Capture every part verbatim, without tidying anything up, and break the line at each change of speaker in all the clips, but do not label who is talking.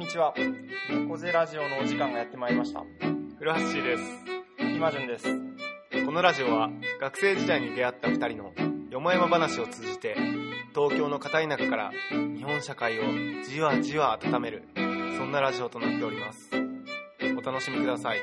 ちは。猫背ラジオのお時間がやってまいりました。
古橋です。
今順です。
このラジオは学生時代に出会ったふたりのよもやま話を通じて、東京の片田舎から日本社会をじわじわ温める、そんなラジオとなっております。お楽しみください。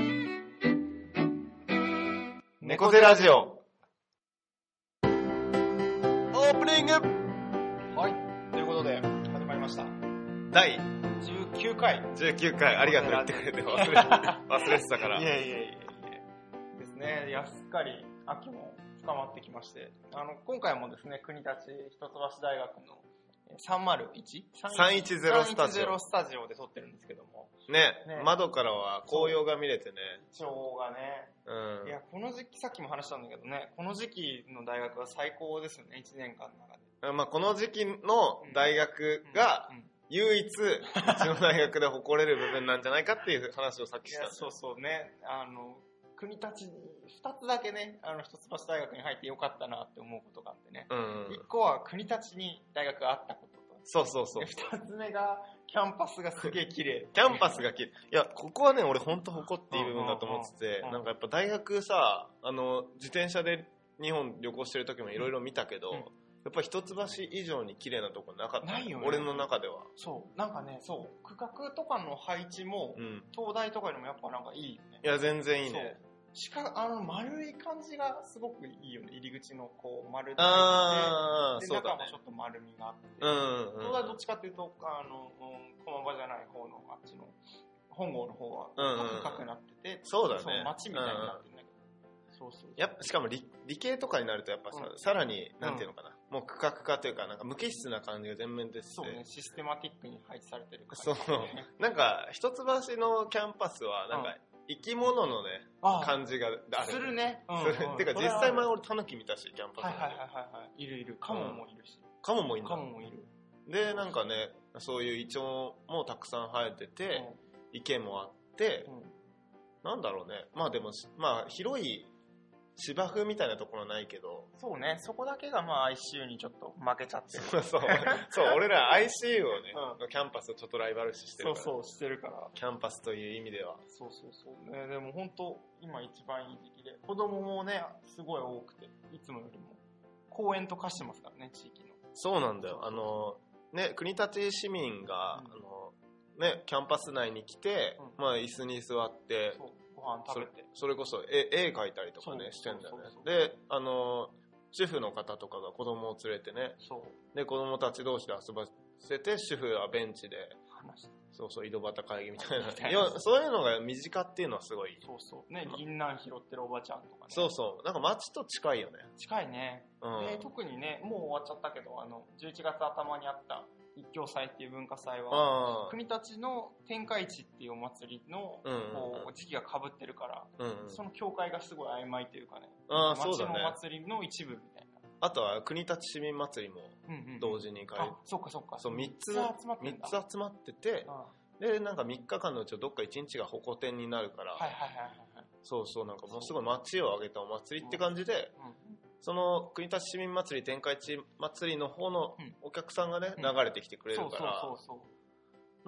猫背ラジオオープニング。
はい、ということで始まりました。
第
じゅうきゅうかい。
じゅうきゅうかい、ありがとう言ってくれて忘れ忘れてたから。
いやいやいやいやですね。いや、すっかり秋も深まってきまして、あの今回もですね、国立一橋大学のさんまるいち
さんいちゼロスタジオ
スタジオで撮ってるんですけども
ね、ね、窓からは紅葉が見れてね、
イチョウがね、うん、いやこの時期、さっきも話したんだけどね、この時期の大学は最高ですよね、いちねんかんの中で。
まあ、この時期の大学が唯一うちの大学で誇れる部分なんじゃないかっていう話をさっきしたんで。
そうそうね、あの国立にふたつだけね、あの一橋大学に入ってよかったなって思うことがあってね、うんうん、いっこは国立に大学があったことと、
そうそうそう、
ふたつめがキャンパスがすげえ綺麗
キャンパスが綺麗。いや、ここはね、俺本当誇っている部分だと思ってて、なんかやっぱ大学さ、あの自転車で日本旅行してる時もいろいろ見たけど、うん、やっぱ一橋以上に綺麗なとこなかった。
ないよね、
俺の中では。
そうなんかね、そう区画とかの配置も、うん、東大とかよりもやっぱなんかいいよね。
いや全然いいね。
しかあの丸い感じがすごくいいよね。入り口のこう丸で、
あー、
で
そうだね、
中もちょっと丸みがあって、
うんうんうん、
東大どっちかっていうとあの、うん、駒場じゃない方のあっちの本郷の方は高くなってて、うんうん、
そうだね、
そう街みたいになってるんだけど、うん、そうそうそう、
やっぱしかも 理, 理系とかになるとやっぱさ、うん、さらになんていうのかな、うん、もう区画化というかなんか無機質な感じが全面出てて、
そうね、システマティックに配置されてる感
じ、ね、そうなんか一橋のキャンパスはなんか、うん、生き物のね感じがある。
するね。
うんうん、する。てか実際前俺タヌキ見たし、キャンパスで。
はいはいはいはい。いるいる。カモもいるし。
カモもいる。
カモもいる。
でなんかね、そういうイチョウもたくさん生えてて、うん、池もあって、うん、なんだろうね。まあでもまあ広い芝生みたいなところはないけど、
そうね、そこだけがまあ アイシーユー にちょっと負けちゃってる。
そうそうそう俺ら アイシーユー をね、うん、キャンパスとちょっとライバル視してるから。
そうそうしてるから、
キャンパスという意味では。
そうそうそうね。でも本当今一番いい時期で、子供もねすごい多くて、いつもよりも公園と化してますからね、地域の。
そうなんだよ。あのね、国立市民が、うん、あのねキャンパス内に来て、うん、まあ椅子に座って。そう
ご飯食べて
そ, それこそ 絵, 絵描いたりとかねしてんだよね。であの主婦の方とかが子供を連れてね、そうで子供たち同士で遊ばせて、主婦はベンチで話して、そうそう井戸端会議みたいな、いやそういうのが身近っていうのはすごい。
そうそうね、銀杏拾ってるおばちゃんとかね。
そうそう、なんか街と近いよね。
近いね、うん、で特にねもう終わっちゃったけど、あのじゅういちがつ頭にあった一強祭っていう文化祭は国立の天下市っていうお祭りのこう時期が被ってるから、うんうん、その境界がすごい曖昧というかね、
あ
町のお祭りの一部みたいな。
あとは国立市民祭りも同時に開、うんうん、
あ、そうかそうか、
そうみっつみっつ集まってて、でなんかみっかかんのうちどっかいちにちがホコ天になるから、
はいはいはいはい、
そうそう、なんかもうすごい街を挙げたお祭りって感じで、うんうん、その国立市民祭り天下一祭りの方のお客さんがね、うん、流れてきてくれるから、そうそうそうそう、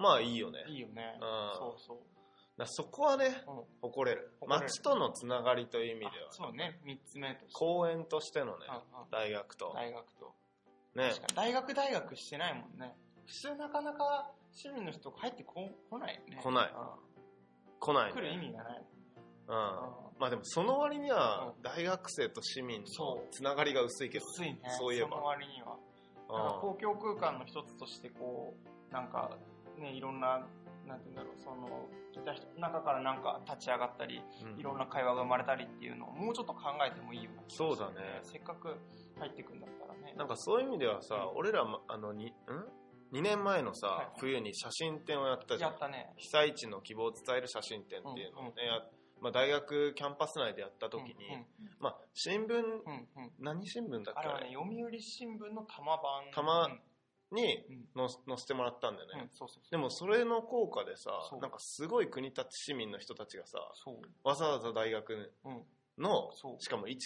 まあいいよね。
いいよね、うん、そうそう、
だそこはね、うん、誇れる。街とのつながりという意味では、
そうね、みっつめとして
公園としてのね、うんうん、大学と
大学と
ね、
確かに大学大学してないもんね。普通なかなか市民の人入ってこ来ないよね。
来ない、うん、来ない、ね、
来る意味がない。
うん、まあでもその割には大学生と市民のつながりが薄いけど、
薄いね、
そういえば
その割にはなんか公共空間の一つとしてこうなんかね、いろんななんていうんだろう、そのいた人中からなんか立ち上がったり、うん、いろんな会話が生まれたりっていうのをもうちょっと考えてもいいような気がする。
そうだね、
せっかく入ってくんだったらね。
なんかそういう意味ではさ、うん、俺らあのにんにねんまえのさ、はいはい、冬に写真展をやったじゃん。
やったね。
被災地の希望を伝える写真展っていうのをね、うんうん、やまあ、大学キャンパス内でやった時に、うんうん、まあ、新聞、うんうん、何新聞だっけ、
あれはね、読売新聞の多摩版
多摩に載せてもらったんだよね、うん、そうそうそう。でもそれの効果でさ、なんかすごい国立市民の人たちがさ、わざわざ大学の、しかも一キ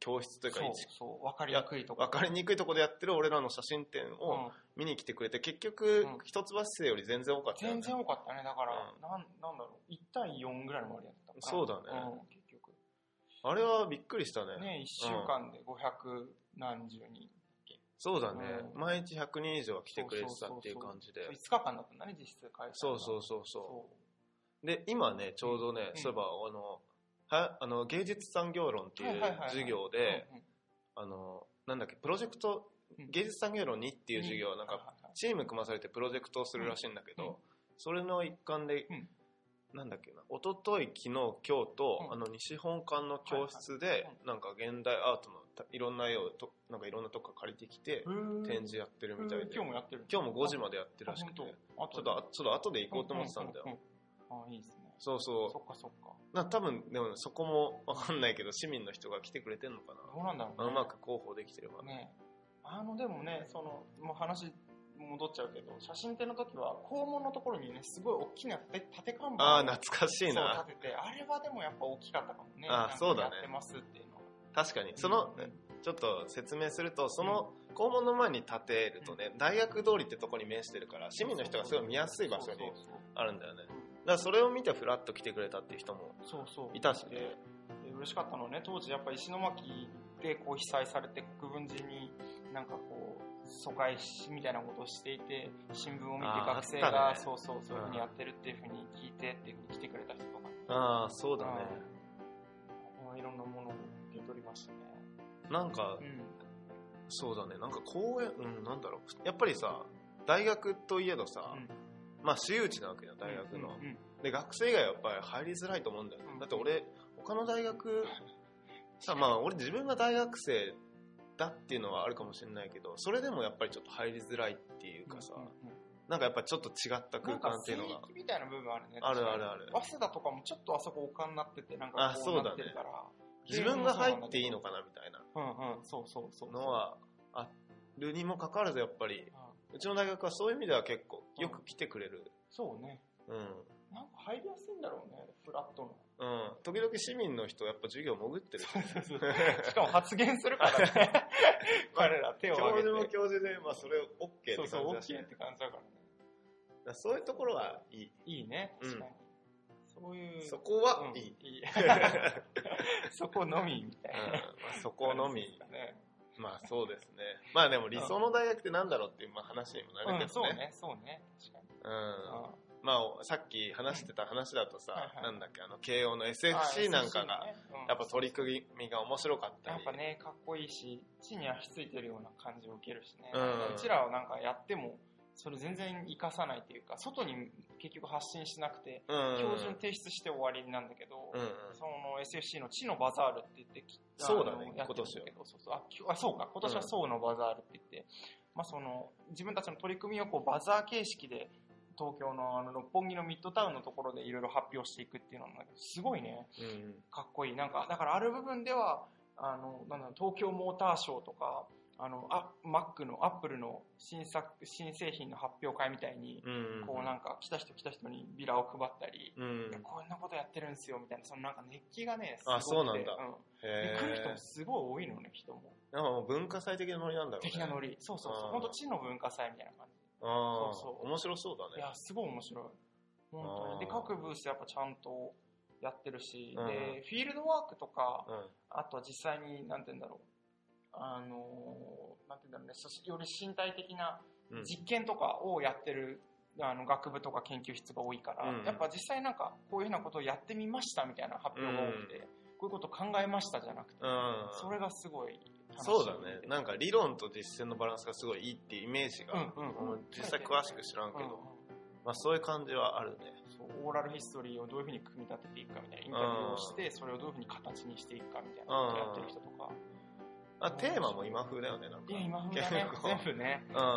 教室というか、
そうそう分かりにくいとこ
分かりにくいとこでやってる俺らの写真展を見に来てくれて、結局、うん、一橋生より全然多かったよね。
全然多かったね。だから、うん、なん、なんだろう、いち対よんぐらいの割合だったかな。
そうだね、
うん、結局
あれはびっくりしたね。
ね、いっしゅうかんでごひゃくなんじゅうにんだっけ。
そうだね、うん、毎日ひゃくにん以上は来てくれてたっていう感じで。
そうそうそうそう、いつかかんだったんだね、実質開催。
そうそうそうそうで、今ね、ちょうどね、うん、そういえばあのはあの芸術産業論っていう授業で、あのなんだっけ、プロジェクト、芸術産業論にっていう授業はなんかチーム組まされてプロジェクトをするらしいんだけど、うん、それの一環で、うん、なんだっけな、一昨日昨日今日と、うん、あの西本館の教室でなんか現代アートのいろんな絵をとなんかいろんなとこから借りてきて展示やってるみたいで、
今日もやってる。
今日もごじまでやってるらしくて、ちょっとちょっと後で行こうと思ってたんだよ。
ああ、いいですね。
そうそう。
そっかそっか。
な多分でも、ね、そこもわかんないけど市民の人が来てくれてんのかな。
どうなんだろうね。
うまく広報できてれば
ね。あのでもね、そのもう話戻っちゃうけど、写真展の時は校門のところにね、すごい大きな縦看板を
ああ懐かしいな。
そう立てて、あれはでもやっぱ大きかったかもね。
ああそうだね。
やってますっていうのは。
確かにその、うん、ちょっと説明すると、その校門の前に建てるとね、うん、大学通りってとこに面してるから市民の人がすごい見やすい場所にあるんだよね。だからそれを見てフラッと来てくれたっていう人もいたしね。
そうそうで嬉しかったのはね、当時やっぱ石巻でこう被災されて国分寺になんかこう疎開みたいなことをしていて、新聞を見て学生が、ね、そうそうそういうふうにやってるっていうふうに聞いてっていうふうに来てくれた人とか、
ああそうだね、
いろんなものを受け取りましたね。
なんか、うん、そうだね、なんか公園、うん、なんだろう、やっぱりさ大学といえどさ、うん、まあ私有地なわけだ大学の、うんうんうん、で学生以外はやっぱり入りづらいと思うんだよね、うん、だって俺他の大学さ、まあ俺自分が大学生だっていうのはあるかもしれないけど、それでもやっぱりちょっと入りづらいっていうかさ、うんうんうん、なんかやっぱちょっと違った空間っていうのが、なんか聖域
みたいな部分あるね。
あるあるある。
早稲田とかもちょっとあそこ丘になってて、なんかこうなってるから、
自分が入っていいのかなみたいな
うんうんそうそうそう
のはあるにもかかわらず、やっぱり、うん、うちの大学はそういう意味では結構よく来てくれる、うん、
そうね、うんなんか入りやすいんだろうね、フラットの。
うん。時々市民の人やっぱ授業潜ってるし、ね、
そうそうしかも発言するからね。彼ら手を挙げて。
教授も教授で、まあそれ OK って感じだし、ね。
そうそう、OK って感じだからね。
だそういうところはいい。
いいね、確かに。うん、そういう。
そこはいい。
うん、いいそこのみみたいな。うんまあ、
そこのみ。ね、まあそうですね。まあでも理想の大学ってなんだろうっていう、まあ、話にもなるけどね、うん。
そうね、そうね。確かに。
うん。うんまあ、さっき話してた話だとさ、はいはい、なんだっけ、あの慶応の エスエフシー なんかが、やっぱ取り組みが面白かったり、
やっぱねかっこいいし、地に足ついてるような感じを受けるしね、うん、うちらはなんかやってもそれ全然活かさないっていうか、外に結局発信しなくて、うん、標準提出して終わりなんだけど、うん、その エスエフシー の地のバザールって言って
そうだね、
やってるんだけど、そうそうああそうか今年はそうのバザールって言って、うんまあ、その自分たちの取り組みをこうバザー形式で東京 の, あの六本木のミッドタウンのところでいろいろ発表していくっていうのがすごいね、うん、かっこいい。なんかだからある部分ではあのなんだろう、東京モーターショーとかあのあ Mac のアップルの新作新製品の発表会みたいに、うん、こうなんか来た人来た人にビラを配ったり、うん、いやこんなことやってるんですよみたいな、そのなんか熱気がねすごくて、
あそうなんだ、
うん、で来る人もすごい多いのね、人も
なんかもう文化祭的なノリなんだろうね。
的なノリ、そうそうそう、本当地の文化祭みたいな感じ。
あそうそう面白そうだね。
いやすごい面白い本当に。で各ブースやっぱちゃんとやってるし、うん、でフィールドワークとか、うん、あとは実際になんて言うんだろう、あのなんて言うんだろうね、より身体的な実験とかをやってる、うん、あの学部とか研究室が多いから、うん、やっぱ実際なんかこういうふうなことをやってみましたみたいな発表が多くて、うん、こういうことを考えましたじゃなくて、うん、それがすごい
そうだね、なんか理論と実践のバランスがすごいいいっていうイメージが、うんうんうん、実際詳しく知らんけど、うんうんまあ、そういう感じはあるね。
そうオーラルヒストリーをどういうふうに組み立てていくかみたいなインタビューをして、それをどういうふうに形にしていくかみたいなことをやってる人とか、
あテーマも今風だよね、なんか。
いや今風だね、全部ね、
うん、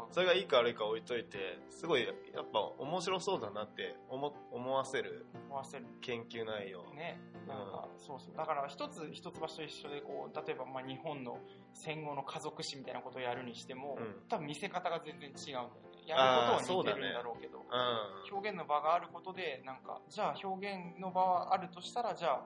うん、それがいいか悪いか置いといて、すごいやっぱ面白そうだなって思思わせる
思わせる
研究内容
ね。なんか、うん、そうそう、だから一つ一つ場所と一緒でこう例えばまあ日本の戦後の家族史みたいなことをやるにしても、うん、多分見せ方が全然違うんだよね。やることは似てるんだろうけど、ねうん、表現の場があることでなんかじゃあ表現の場はあるとしたらじゃあ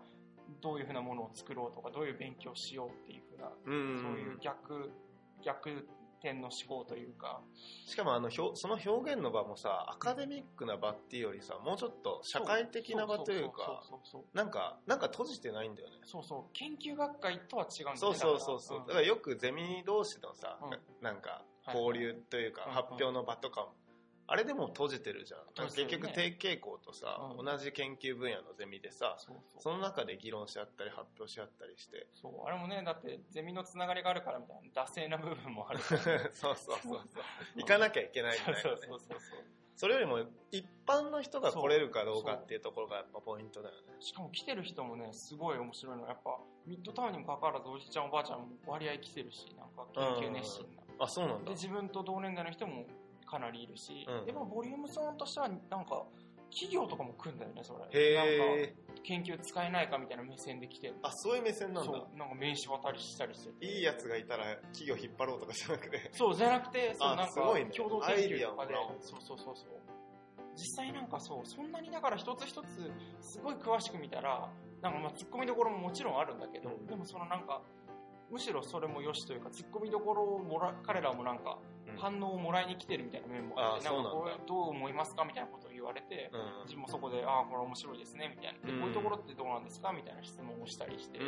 どういうふうなものを作ろうとかどういう勉強をしようっていうふうな、
うん、
そういう逆逆点の思考というか、
しかもあのその表現の場もさ、アカデミックな場っていうよりさ、もうちょっと社会的な場というか、なんかなんか閉じてないんだよね。
そうそう、研究学会とは違うんだよね。
そうそうそうそう、うん、だからよくゼミ同士のさ、うん、なんか交流というか、はい、発表の場とかも、あれでも閉じてるじゃん。結局定傾向とさ、うん、同じ研究分野のゼミでさ、そうそう、その中で議論し合ったり発表し合ったりして。
そう、あれもね、だってゼミのつながりがあるからみたいな、惰性な部分もあるから、ね。
そうそうそう。行かなきゃいけないみたいな、ね。そうそうそうそう。それよりも一般の人が来れるかどうかっていうところがやっぱポイントだよね。
しかも来てる人もね、すごい面白いのはやっぱミッドタウンにもかかわらずおじいちゃんおばあちゃんも割合来てるし、なんか研究熱心な。
あ、そうなんだ。
で、自分と同年代の人もかなりいるし、うん、でもボリュームゾーンとしてはなんか企業とかも来るんだよね、それ。
へー。
なんか研究使えないかみたいな目線で来てる。
あ、そういう目線なんだ。
そう、なんか名刺渡りしたりしてて。
いいやつがいたら企業引っ張ろうとかじゃなくて。
そう、じゃなくて、そう、なんか共同研究とかで、
ね、
そうそうそうそう。実際なんかそう、そんなにだから一つ一つすごい詳しく見たら、なんかまあ突っ込みどころももちろんあるんだけど、うん、でもそのなんか、むしろそれも良しというか、突っ込みどころをもら、彼らもなんか、反応をもらいに来てるみたいな面もあって、うん、なんかこう、どう思いますかみたいなことを言われて、うん、自分もそこで、ああ、これ面白いですね、みたいな。で、こういうところってどうなんですかみたいな質問をしたりして、うん、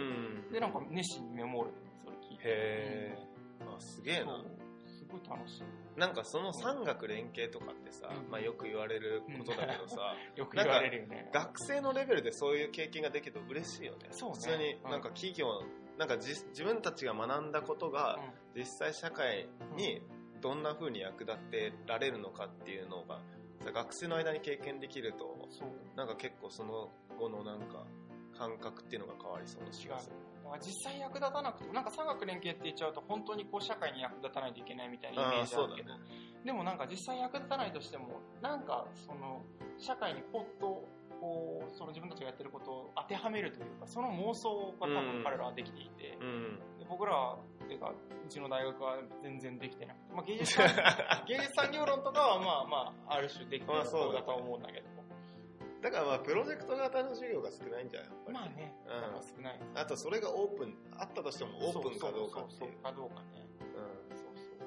で、なんか熱心にメモるそれ聞いて。
へー。あ、すげえな。
すごい楽しい。
なんかその産学連携とかってさ、うん、まあよく言われることだけどさ、
うん、よく言われるよね。
学生のレベルでそういう経験ができると嬉しいよね。
そうね。
普通になんか企業、うん、なんか自分たちが学んだことが実際社会にどんな風に役立てられるのかっていうのが学生の間に経験できると、なんか結構その後のなんか感覚っていうのが変わりそうな気がする。
実際役立たなくても、なんか産学連携って言っちゃうと本当にこう社会に役立たないといけないみたいなイメージあるけど、ね、でもなんか実際役立たないとしても、なんかその社会にポッとこうその自分たちがやってることを当てはめるというか、その妄想が多分彼らはできていて、うんうん、で僕らはっていうかうちの大学は全然できてなくて、まあ、芸術芸術産業論とかはまあまあある種できてる方だと思うんだけど。
だからまあプロジェクト型の授業が少ないんじゃない？やっぱり。
まあね、うん、だから少ない。
あとそれがオープン、あったとしてもオープンかどうかっていう。
そうそうそうかどうかね。うん。そうそう。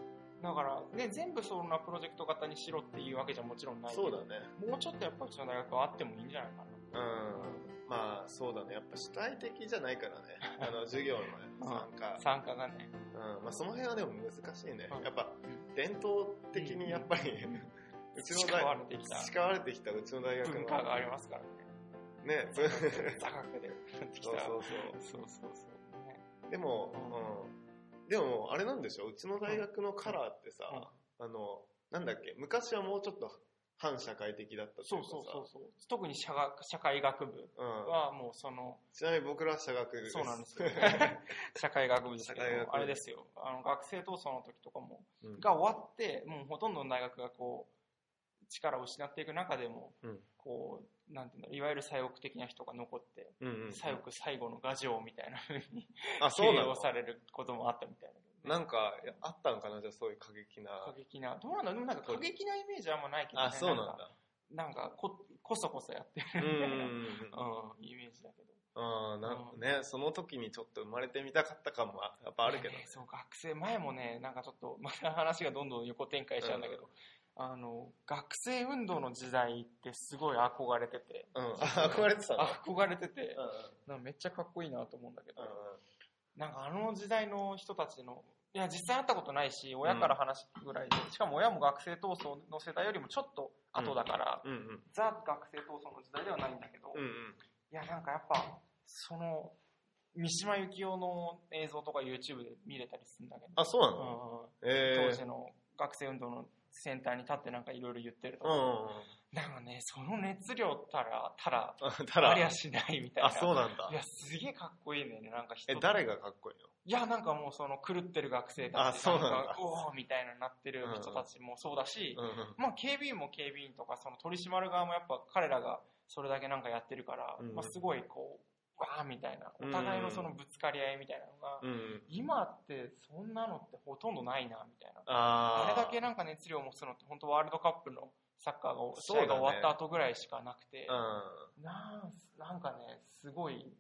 だからね、全部そんなプロジェクト型にしろっていうわけじゃもちろんないけど。
そうだね。
もうちょっとやっぱうちの大学はあってもいいんじゃないかな。
うん。まあそうだね。やっぱ主体的じゃないからね。あの授業の参加。
うん、参加がね。
うん。まあその辺はでも難しいね。うん、やっぱ伝統的にやっぱり、うん、うちの大学培われてきたうちの大学の
文化がありますからね。
ね、
座学で来た。
そうそうそう。そうそうそう。ね、でも、うん、でもあれなんでしょう。うちの大学のカラーってさ、うん、あのなんだっけ、昔はもうちょっと反社会的だったっていうかさ。
そうそうそうそう。特に社学社会学部はもうその、
うん、ちなみに僕らは社学部です。
そうなんですよ。社会学部ですけど、あれですよ。あの学生闘争の時とかも、うん、が終わって、もうほとんどの大学がこう力を失っていく中でも、うん、こう。なんていうんだろう、いわゆる左翼的な人が残って、うんうんうん、左翼最後の牙城みたいな風に形容されることもあったみたいな、ね、
なんかあったのかな、じゃあそういう過激な
過激などうなんだろう、なんか過激なイメージはあんまないけどね。
あ、そうなんだ。
なんか こ, こそこそやってるみたいな、うんうんうん、イメージだけど。
あなんかね、うん、その時にちょっと生まれてみたかった感もやっぱあるけど、ね、
そう学生前もね、なんかちょっとまた話がどんどん横展開しちゃうんだけど、うん、あの学生運動の時代ってすごい憧れてて、
うん、憧れてたの？
憧れてて、うん、なんかめっちゃかっこいいなと思うんだけど、うん、なんかあの時代の人たちの、いや実際会ったことないし、親から話すぐらいで、うん、しかも親も学生闘争の世代よりもちょっと後だから、うんうんうん、ザ学生闘争の時代ではないんだけど、うんうん、いやなんかやっぱその三島由紀夫の映像とか YouTube で見れたりするんだけど、
あ、そうなの？うん、え
ー、当時の学生運動のセンターに立ってなんかいろいろ言ってるとか、うんうん、なんかね、その熱量たらたらありゃしないみたいな。
あ、そうなんだ。
いやすげえかっこいいね、なんか人。
え、誰がかっこいいの？
いやなんかもうその狂ってる学生たちとか、おーみたいななってる人たちもそうだし、うんうん、まあ警備員も警備員とかその取り締まる側もやっぱ彼らがそれだけなんかやってるから、うんうん、まあすごいこう。わーみたいな、お互いのそのぶつかり合いみたいなのが、うん、今ってそんなのってほとんどないなみたいな、あ, あれだけなんか熱量を持つのって本当ワールドカップのサッカーが、試合が終わった後ぐらいしかなくて、
うん、
な, なんかねすごい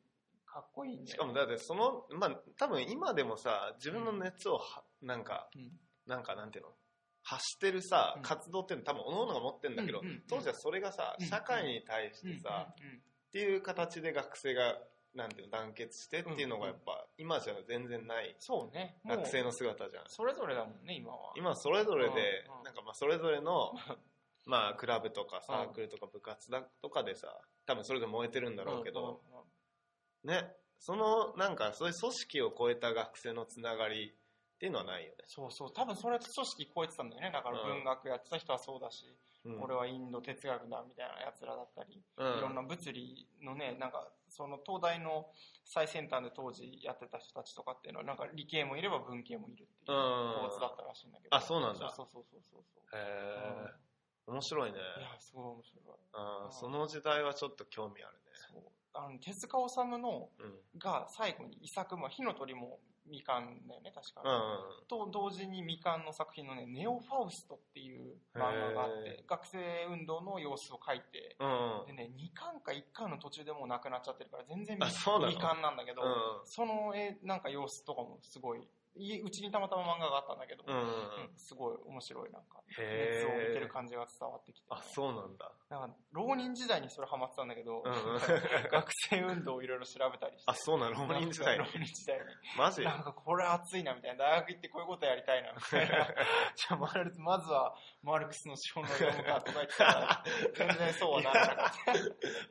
かっこいいね。
しかもだってその、まあ多分今でもさ、自分の熱をは、うん、なんか、うん、なんかなんていうの発してるさ、うん、活動っていうの多分各々が持ってるんだけど、うんうんうん、当時はそれがさ、社会に対してさ、うんうんうん、っていう形で学生がなんていうの団結してっていうのがやっぱ、うんうん、今じゃ全然ない
そうね
学生の姿じゃん。
それぞれだもんね今は。
今それぞれで、うんうん、なんかまあそれぞれのまあクラブとかサークルとか部活だとかでさ、多分それで燃えてるんだろうけど、うんうんうん、ね、そのなんかそういう組織を超えた学生のつながりっていうのはないよね。
そうそう、多分それ組織超えてたんだよね。だから文学やってた人はそうだし、うん、俺はインド哲学だみたいなやつらだったり、うん、いろんな物理のね、なんかその東大の最先端で当時やってた人たちとかっていうのはなんか理系もいれば文系もいるっていう構図だったらしいんだけど。
あ、そうなんだ。
そうそうそうそうそう。
へえ、うん、面白いね。
いや、すごい面白い。
あ、その時代はちょっと興味あるね。
そう、あの手塚治虫の、うん、が最後に遺作、まあ、火の鳥も未完だよね確か、うん、と同時に未完の作品のねネオファウストっていう漫画があって学生運動の様子を書いて、うん、でねにかんかいっかんの途中でもうなくなっちゃってるから全然未完なんだけど、うん、そのえなんか様子とかもすごいうちにたまたま漫画があったんだけど、うんうんうん、すごい面白いなんか熱を見てる感じが伝わってきて、
あ、そうなんだ。
なんか浪人時代にそれハマってたんだけど、うんうん、学生運動をいろいろ調べたりして、
あ、そうなの、浪人時代に。
浪人時代に。
マジ？
なんかこれ熱いなみたいな、大学行ってこういうことやりたいなみたいな。じゃあまずはマルクスの資本論読むかとか言ってたら全然そうはならなかった。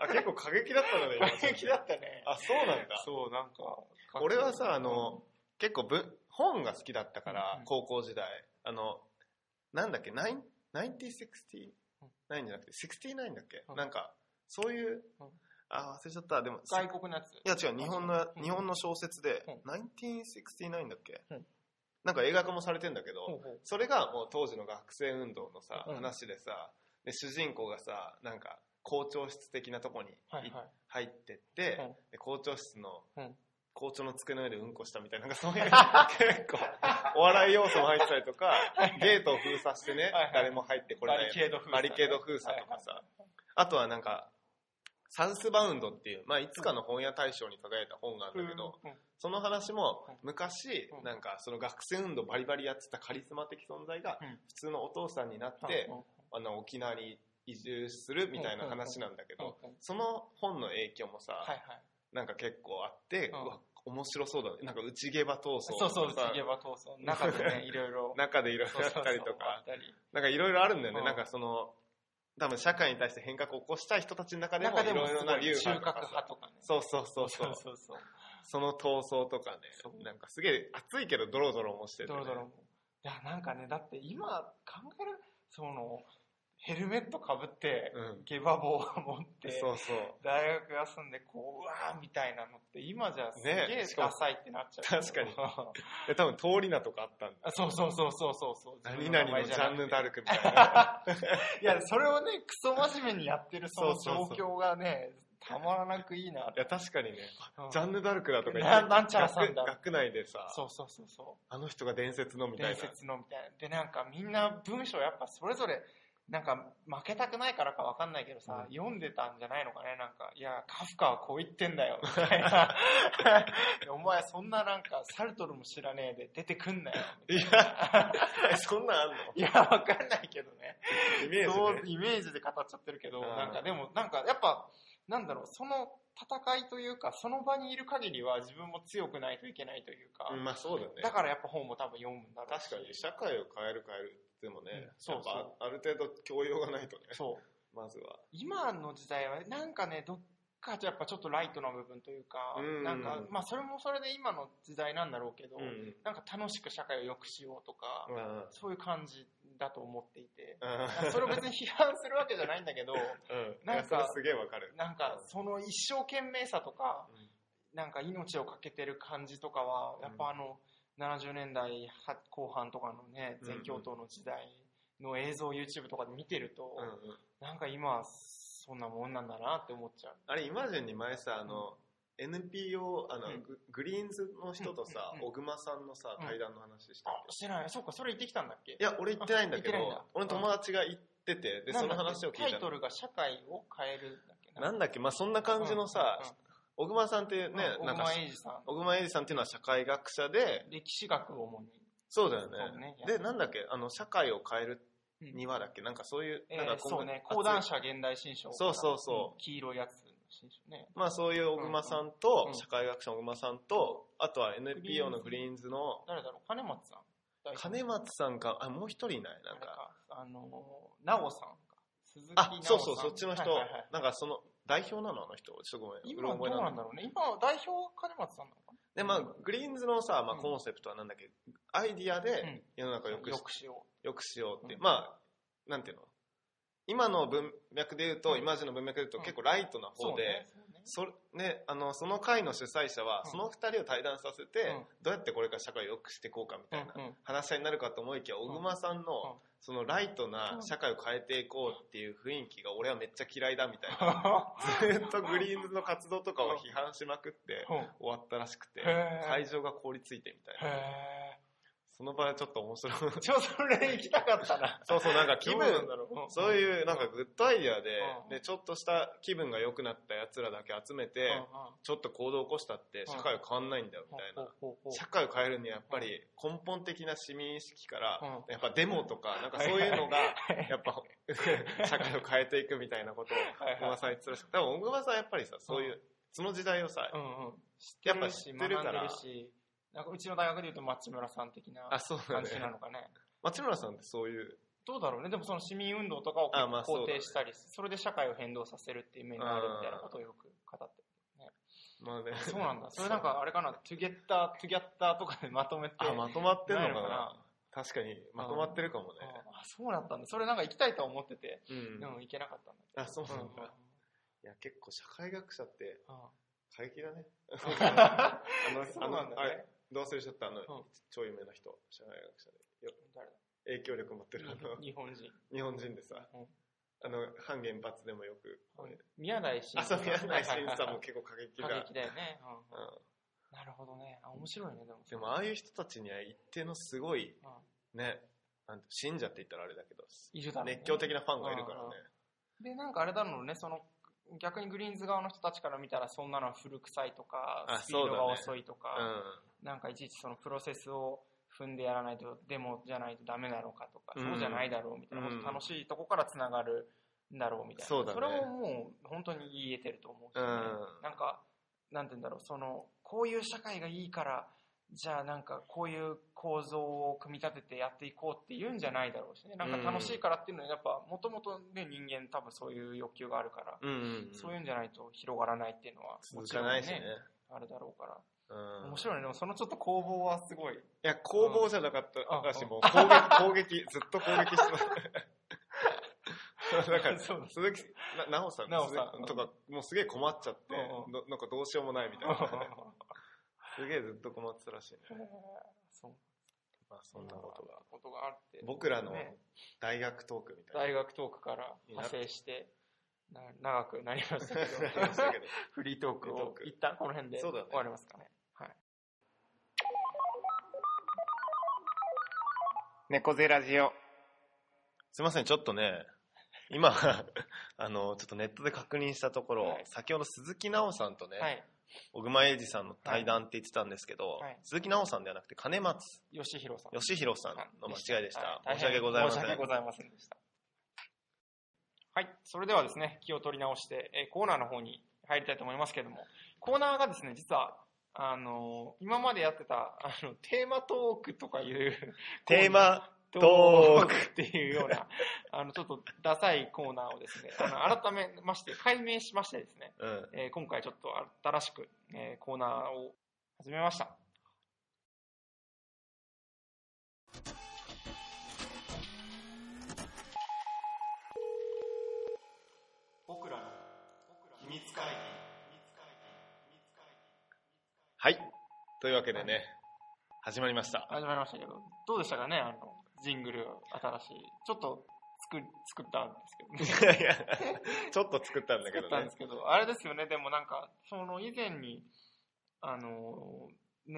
あ、結構過激だったのね。
過激だったね。
あ、そうなんだ。
そう、なんか。
俺はさ、あの、結構ぶ本が好きだったから、うん、高校時代あのなんだっけナインナインティシックスティナインじゃなくてシックスティナインだっけ、うん、なんかそういう、うん、あ忘れちゃった。でも
外国のやつ。
いや違う、日本の、うん、日本の小説で、うん、ナインティシックスティナインだっけ、うん、なんか映画化もされてんだけど、うん、それがもう当時の学生運動のさ、うん、話でさ、で主人公がさなんか校長室的なとこに、はいはい、入ってって、うん、で校長室の、うん校長の机の上でうんこしたみたいな、なんかそういう結構お笑い要素も入ってたりとかゲートを封鎖してね、はいはい、誰も入ってこれないバリケード封鎖、ね、バリケード封鎖とかさ、はいはい、あとはなんかサウスバウンドっていう、まあ、いつかの本屋大賞に輝いた本があるんだけど、うん、その話も昔なんかその学生運動バリバリやってたカリスマ的存在が普通のお父さんになって、うん、あの沖縄に移住するみたいな話なんだけど、その本の影響もさ、はいはいなんか結構あって、うん、うわ面白そうだね。なんか内ゲバ闘争
そうそう内ゲバ闘争中でねいろいろ
中でいろいろやったりとかなんかいろいろあるんだよね、うん、なんかその多分社会に対して変革を起こしたい人たちの中でもいろいろな流
派とか中核派とかね
そうそうそうそうそうそうその闘争とかねなんかすげえ熱いけどドロドロもしてて、ね、
ドロドロもいやなんかねだって今考えるそのヘルメットかぶって、うん、ゲバ棒を持って
そうそう
大学休んでこううわーみたいなのって今じゃすげえダサいってなっちゃう、
ね、確かにで多分通り名とかあったんだ
そうそうそうそうそうそう
何々のジャンヌ・ダルクみたいない
やそれをねクソ真面目にやってるその状況がねたまらなくいいな。い
や確かにね、うん、ジャンヌ・ダルクだとか言
ってなんちゃらさんだ
学内でさ
そうそうそうそう
あの人が伝説のみたいな
伝説のみたいなでなんかみんな文章やっぱそれぞれなんか負けたくないからか分かんないけどさ、うん、読んでたんじゃないのかねなんかいやカフカはこう言ってんだよみたいなお前そんななんかサルトルも知らねえで出てくんなよみたいな。
いやそんなんあんの
いや分かんないけどね
イメージ、ね、
そうイメージで語っちゃってるけどなんかでもなんかやっぱなんだろうその戦いというかその場にいる限りは自分も強くないといけないというか、
うん、まあそうだね
だからやっぱ本も多分読むんだろうし
確かに社会を変える変えるでもね、うん、そうそうやっぱある程度教養がないとね
そう
まずは
今の時代はなんかねどっかやっぱちょっとライトな部分というか、うん、なんかまあそれもそれで今の時代なんだろうけど、うん、なんか楽しく社会を良くしようとか、うん、そういう感じだと思っていて、うん、それを別に批判するわけじゃないんだけど、うん、なんか
すげえわかる
なんかその一生懸命さとか、うん、なんか命をかけてる感じとかはやっぱあの、うんななじゅうねんだいこう半とかのね全共闘の時代の映像を YouTube とかで見てると、うんうん、なんか今そんなもんなんだなって思っちゃう。
あれイマジンに前さあの、うん、エヌピーオー あの、うん、グ, グリーンズの人とさ、うんうん、小熊さんのさ対談の話したっけ、
うん、してない。そっかそれ行ってきたんだっけ。
いや俺行ってないんだけど俺の友達が行っててでその話を聞いた。
タイトルが社会を変えるだっけ
なんだっけまあそんな感じのさ、うんうん小熊さんっていうね、
うん、なんか小熊英二さん。
小熊英二さんっていうのは社会学者で、
歴史学を主に。
そうだよね。ねで、なんだっけ、あの、社会を変えるにはだっけ、うん、なんかそういう、なんか、
えー、そうね、講談社現代新書。
そうそうそう。
黄色いやつの新書ね。
まあそういう小熊さんと、うんうん、社会学者小熊さんと、あとは エヌピーオー のグリーンズの、
誰だろう、金松さん。
金松さんか、あ、もう一人いない、なんか。
あの、なおさんか。
鈴木あ、そうそう、そっちの人、はいはいはい、なんかその、代表なのあの人。ちょっとごめん。
今どうなんだろうね。今、代表は金松さんなのかな。
で、まあ、グリーンズのさ、まあ、コンセプトはなんだっけ、うん、アイディアで世の中を良くし、
よくしよう。
よくしようって、うん、まあ、なんていうの今の文脈で言うと、うん、今までの文脈で言うと、結構ライトな方で、そね、あのその会の主催者は、その二人を対談させて、うん、どうやってこれから社会を良くしていこうかみたいな話し合いになるかと思いきや、小熊さんの、そのライトな社会を変えていこうっていう雰囲気が俺はめっちゃ嫌いだみたいな、ずっとグリーンズの活動とかを批判しまくって終わったらしくて、会場が凍りついてみたいな。その場でちょっと面白い。
ちょ、それ行きたかったな。
そうそう、なんか気分、そういうなんかグッドアイディアで、で、ちょっとした気分が良くなった奴らだけ集めて、ちょっと行動を起こしたって社会は変わんないんだよ、みたいな。社会を変えるにはやっぱり根本的な市民意識から、やっぱデモとか、なんかそういうのが、やっぱ社会を変えていくみたいなことを、小熊さん言ってたらしくて、多分小熊さんやっぱりさ、そういう、その時代をさ、やっぱ知ってるから、
なんかうちの大学でいうと町村さん的な感じなのかね。
町村さんってそういう。
どうだろうね。でもその市民運動とかを肯定したり、それで社会を変動させるっていう面があるみたいなことをよく語ってるね。
まあね。
そうなんだ。それなんかあれかな、トゥゲッター、トゥギャッターとかでまとめて。
あ、まとまってるのかな。確かにまとまってるかもね。
あ、そうだったんだ。それなんか行きたいと思ってて、でも行けなかったんだ。
あ、そうなんだ。いや、結構社会学者って過激だね。
あの、そうなんだね。
どう忘れちゃったあの、うん、超有名な人、社会学者で。誰だ影響力持ってるあの、
日本人。
日本人でさ、うん、あの、反原発でもよく。
宮台真
司さん。あ、そう、宮台真司さんも結構過激だ。
過激だよね。うんうん、なるほどね。あ、面白いね、でも。
でも、ああいう人たちには一定のすごい、うん、ね、なんて信者って言ったらあれだけど、
いるだろうね、
熱狂的なファンがいるからね。
で、なんかあれだろうね、その、逆にグリーンズ側の人たちから見たらそんなのは古臭いとかスピードが遅いとか、ねうん、なんかいちいちそのプロセスを踏んでやらないとデモじゃないとダメなのかとか、うん、そうじゃないだろうみたいな、うん、楽しいとこからつながるんだろうみたいな、
そうだね、
それももう本当に言えてると思うし、ね、うん、なんかなんて言うんだろう、そのこういう社会がいいからじゃあなんかこういう構造を組み立ててやっていこうって言うんじゃないだろうしね、なんか楽しいからっていうのはやっぱもともとね人間多分そういう欲求があるから、うんうんうん、そういうんじゃないと広がらないっていうのは
もちろんね、ね
あるだろうから、うん、面白いね。でもそのちょっと攻防はすごい、い
や攻防じゃなかっただし、うん、もう攻撃攻撃ずっと攻撃してますだから鈴木奈緒さんとかもうすげえ困っちゃって、うんうん、なんかどうしようもないみたいなすげえずっと困ってたらしいね。
そう。
まあそんなことが。
ことがあって。
僕らの大学トークみたいな。
大学トークから派生してな長くなりましたけど、フリートークを一旦この辺で終わりますかね。はい。猫背ラジオ。
すいません、ちょっとね、今あのちょっとネットで確認したところ、はい、先ほど鈴木奈緒さんとね。はい、小熊英二さんの対談って言ってたんですけど、はい、鈴木奈緒さんではなくて金松
義弘さん
義弘さんの間違いでした、はい、申し訳ございません。
申し訳ございませんでした。はい、それではですね、気を取り直して、えー、コーナーの方に入りたいと思いますけども、コーナーがですね、実はあのー、今までやってたあのテーマトークとかいう
テーマトーク
っていうようなあのちょっとダサいコーナーをですね、あの改めまして解明しましてですね、うんえー、今回ちょっと新しく、えー、コーナーを始めました。僕らの秘密会議。
はい、というわけでね、はい、始まりました。
始まりましたけど、どうでしたかね、あのジングル新しい。ちょっと作作ったんですけどね。いや
ちょっと作ったんだけどね。
作ったんですけど、あれですよね、でもなんか、その以前に、あの、ね、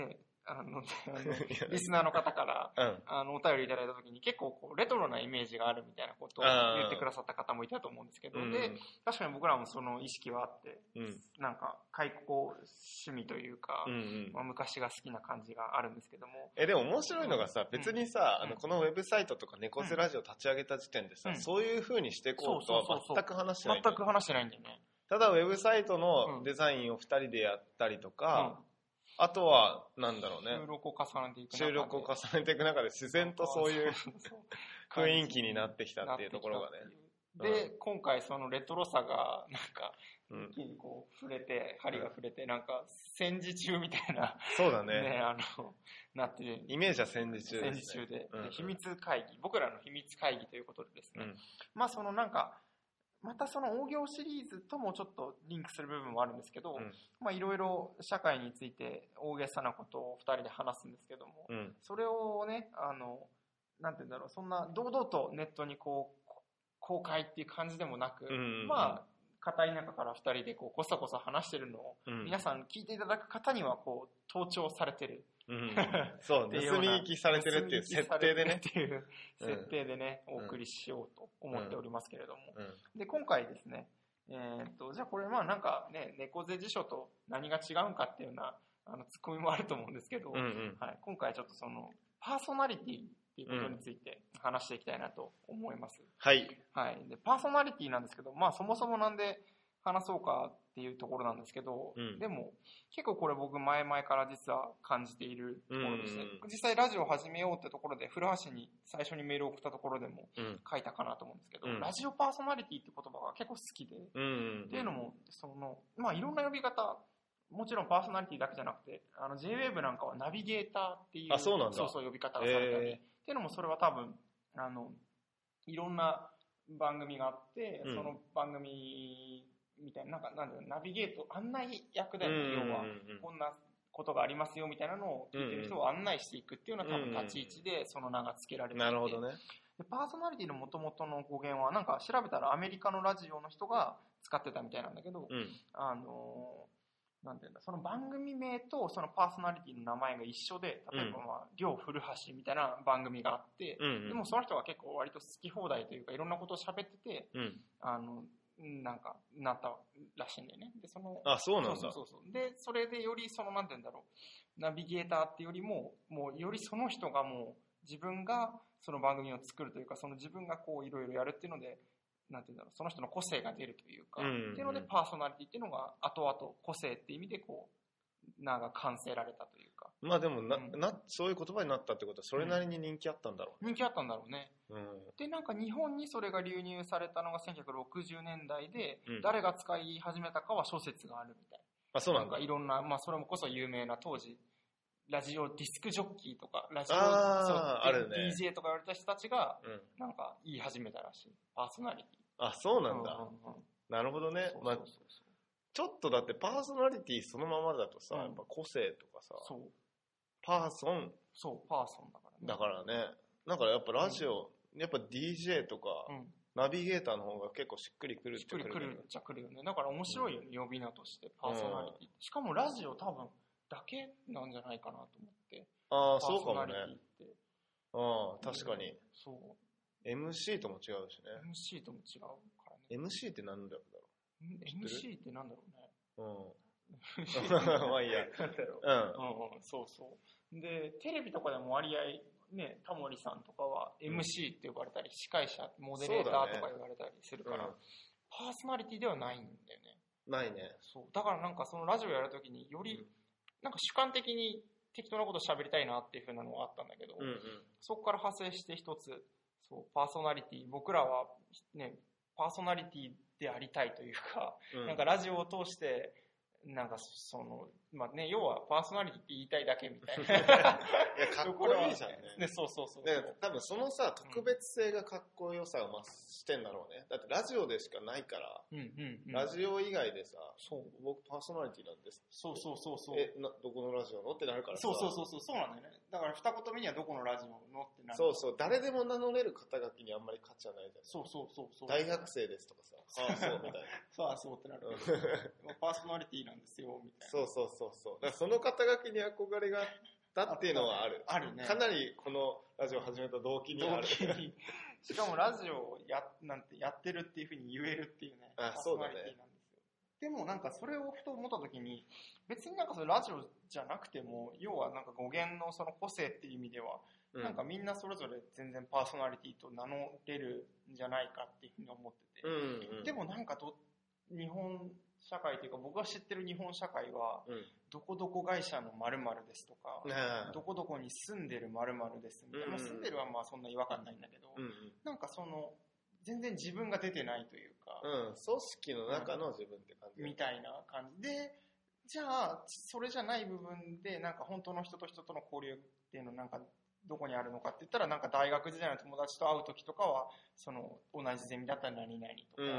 あの、あのリスナーの方から、うん、あの、お便りいただいたときに結構こう、レトロなイメージがあるみたいなことを言ってくださった方もいたと思うんですけど、で、確かに僕らもその意識はあって、うん、なんか、開口趣味というか、うんうん、まあ、昔が好きな感じがあるんですけども。
え、でも面白いのがさ、うん、別にさ、うん、あの、このウェブサイトとか猫背ラジオ立ち上げた時点でさ、うん、そういう風にしていこうとは全く話してないんだよね。
全く話してないんだよね。
ただウェブサイトのデザインをふたりでやったりとか、うん、あとはなんだろうね、
収録を重ねていく中
で収録を重ねていく中で自然とそういう雰囲気になってきたっていうところがね。
で、うん、今回そのレトロさがなんか一気にこう触れて、針が触れて、なんか戦時中みたいな、
そうだね、
ね、あのなってる
イメージは戦時中ですね。
戦時中で、うんうん、秘密会議、僕らの秘密会議ということでですね、うん、まあそのなんかまたその大行シリーズともちょっとリンクする部分もあるんですけど、うん、まあいろいろ社会について大げさなことをふたりで話すんですけども、うん、それをね、あの、なんて言うんだろう、そんな堂々とネットにこう、公開っていう感じでもなく、うんうんうん、まあ、片田舎からふたりでこう、こそこそ話してるのを、うん、皆さん聞いていただく方にはこう、盗聴されてる。
うん、そう、盗み聞きされてるっていう設定でね。
っていう設定でね、うん、お送りしようと思っておりますけれども。うんうん、で、今回ですね、えー、っと、じゃあこれまあなんかね、猫背辞書と何が違うんかっていうような、あの、ツッコミもあると思うんですけど、うんうん、はい、今回ちょっとその、パーソナリティっていうことについて話していきたいなと思います。
はい。
はい。で、パーソナリティなんですけど、まあそもそもなんで話そうかっていうところなんですけど、うん、でも結構これ僕前々から実は感じているところですね。うんうん、実際ラジオを始めようってところで古橋に最初にメールを送ったところでも書いたかなと思うんですけど、うん、ラジオパーソナリティって言葉が結構好きで、うんうんうん、っていうのもそのまあいろんな呼び方、もちろんパーソナリティだけじゃなくて、あの ジェイウェーブ なんかはナビゲーターっていう、
あ、そうなんだ。
そうそう呼び方がされたり、っていうのもそれは多分あのいろんな番組があって、うん、その番組みたいな、なんか、なんだろう、ナビゲート、案内役だよね、要は、こんなことがありますよみたいなのを聞いてる人を案内していくっていうのは多分立ち位置でその名が付けられていて、
なるほどね。
でパーソナリティの元々の語源は、なんか調べたらアメリカのラジオの人が使ってたみたいなんだけど、うん、あの、なんていうんだ、その番組名とそのパーソナリティの名前が一緒で、例えば、まあ、両古橋みたいな番組があって、うんうん、でもその人が結構割と好き放題というか、いろんなことを喋ってて、うん、あの、なんか、なったらしいんだよね。で、その、
あ、そうなんだ。
そうそうそう。で、それでよりその、なんていうんだろう、ナビゲーターっていうよりも、もうよりその人がもう、自分がその番組を作るというか、その自分がこういろいろやるっていうので、なんていうんだろう、その人の個性が出るというか、うんうんうん、っていうのでパーソナリティっていうのが後々個性っていう意味でこう名が完成られたというか。
まあでもな、うん、なそういう言葉になったってことはそれなりに人気あったんだろう、
ね、うん、人気あったんだろうね、うん、でなんか日本にそれが流入されたのがせんきゅうひゃくろくじゅうねんだいで、うん、誰が使い始めたかは諸説があるみたい。
あ、そうなんだ。
なんかいろんな、まあそれもこそ有名な当時ラジオディスクジョッキーとかラジオ
あある、ね、
ディージェー とか言われた人たちが、うん、なんか言い始めたらしい。パーソナリティ。
あ、そうなんだ。うんうんうん、なるほどね。そうそうそうそう、まあ。ちょっとだってパーソナリティそのままだとさ、うん、やっぱ個性とかさ、そう、パーソン。
そう、パーソンだからね。
だからね。だからやっぱラジオ、うん、やっぱ ディージェー とか、うん、ナビゲーターの方が結構しっくりくるっちゃくる、ね。しっくりくるっちゃくるよね。だから面白いよね、うん、呼び名としてパーソナリティ、うん。しかもラジオ多分だけなんじゃないかなと思って。 ああ、そうかもね。ああ、確かに。
そう。
エムシー とも違うしね。
エムシー とも違うからね。
エムシー って何だろう
エムシー って何だろうね。
うん。まあいいや。
なんだろう。うん。うん、そうそう。で、テレビとかでも割合、ね、タモリさんとかは エムシー って呼ばれたり、うん、司会者、モデレーターとか言われたりするから、ね、うん、パーソナリティではないんだよね。
ないね。
そう。だからなんかそのラジオやるときにより、なんか主観的に適当なこと喋りたいなっていう風なのがあったんだけど、うんうん、そこから派生して一つ、そう、パーソナリティ、僕らはね、パーソナリティでありたいというか、うん、なんかラジオを通して、なんかその、まあね、要はパーソナリティって言いたいだけみたいな。いや、
かっこいいじゃんね。
ね、そうそうそう。
で、多分そのさ、特別性がかっこよさを増してんだろうね。だってラジオでしかないから、うんうんうん、ラジオ以外でさ、そう僕パーソナリティなんです。
そうそうそうそう。
え、な、どこのラジオのってなるからさ。
そうそうそうそう、そうなんだよね。だから二言目にはどこのラジオのってなる。
そうそう、誰でも名乗れる肩書きにあんまり価値はないじゃん。
そうそうそうそう。
大学生ですとかさ、ああそうみたいな。
そうそうってなる。パーソナリティなんですよ、みたいな。
そうそうそうそう。だからその肩書きに憧れがたっていうのはある。
あるね。
かなりこのラジオを始めた動機にある。動機に。
しかもラジオをや、なんてやってるっていうふうに言えるっていうね。
あ、そうだね。
でもなんかそれをふと思った時に、別になんかそれラジオじゃなくても、要はなんか語源のその個性っていう意味では、うん、なんかみんなそれぞれ全然パーソナリティと名乗れるんじゃないかっていうふうに思ってて。うんうん、でもなんかど、日本社会というか僕が知ってる日本社会は、うん、どこどこ会社の〇〇ですとか、うん、どこどこに住んでる〇〇ですみたいな、うんうん、住んでるはまあそんな違和感ないんだけど、うんうん、なんかその、全然自分が出てないというか、
うん、組織の中の自分って感じ、
うん、みたいな感じで、じゃあそれじゃない部分でなんか本当の人と人との交流っていうのなんかどこにあるのかって言ったら、なんか大学時代の友達と会う時とかはその同じゼミだったら何々とか、うんうん、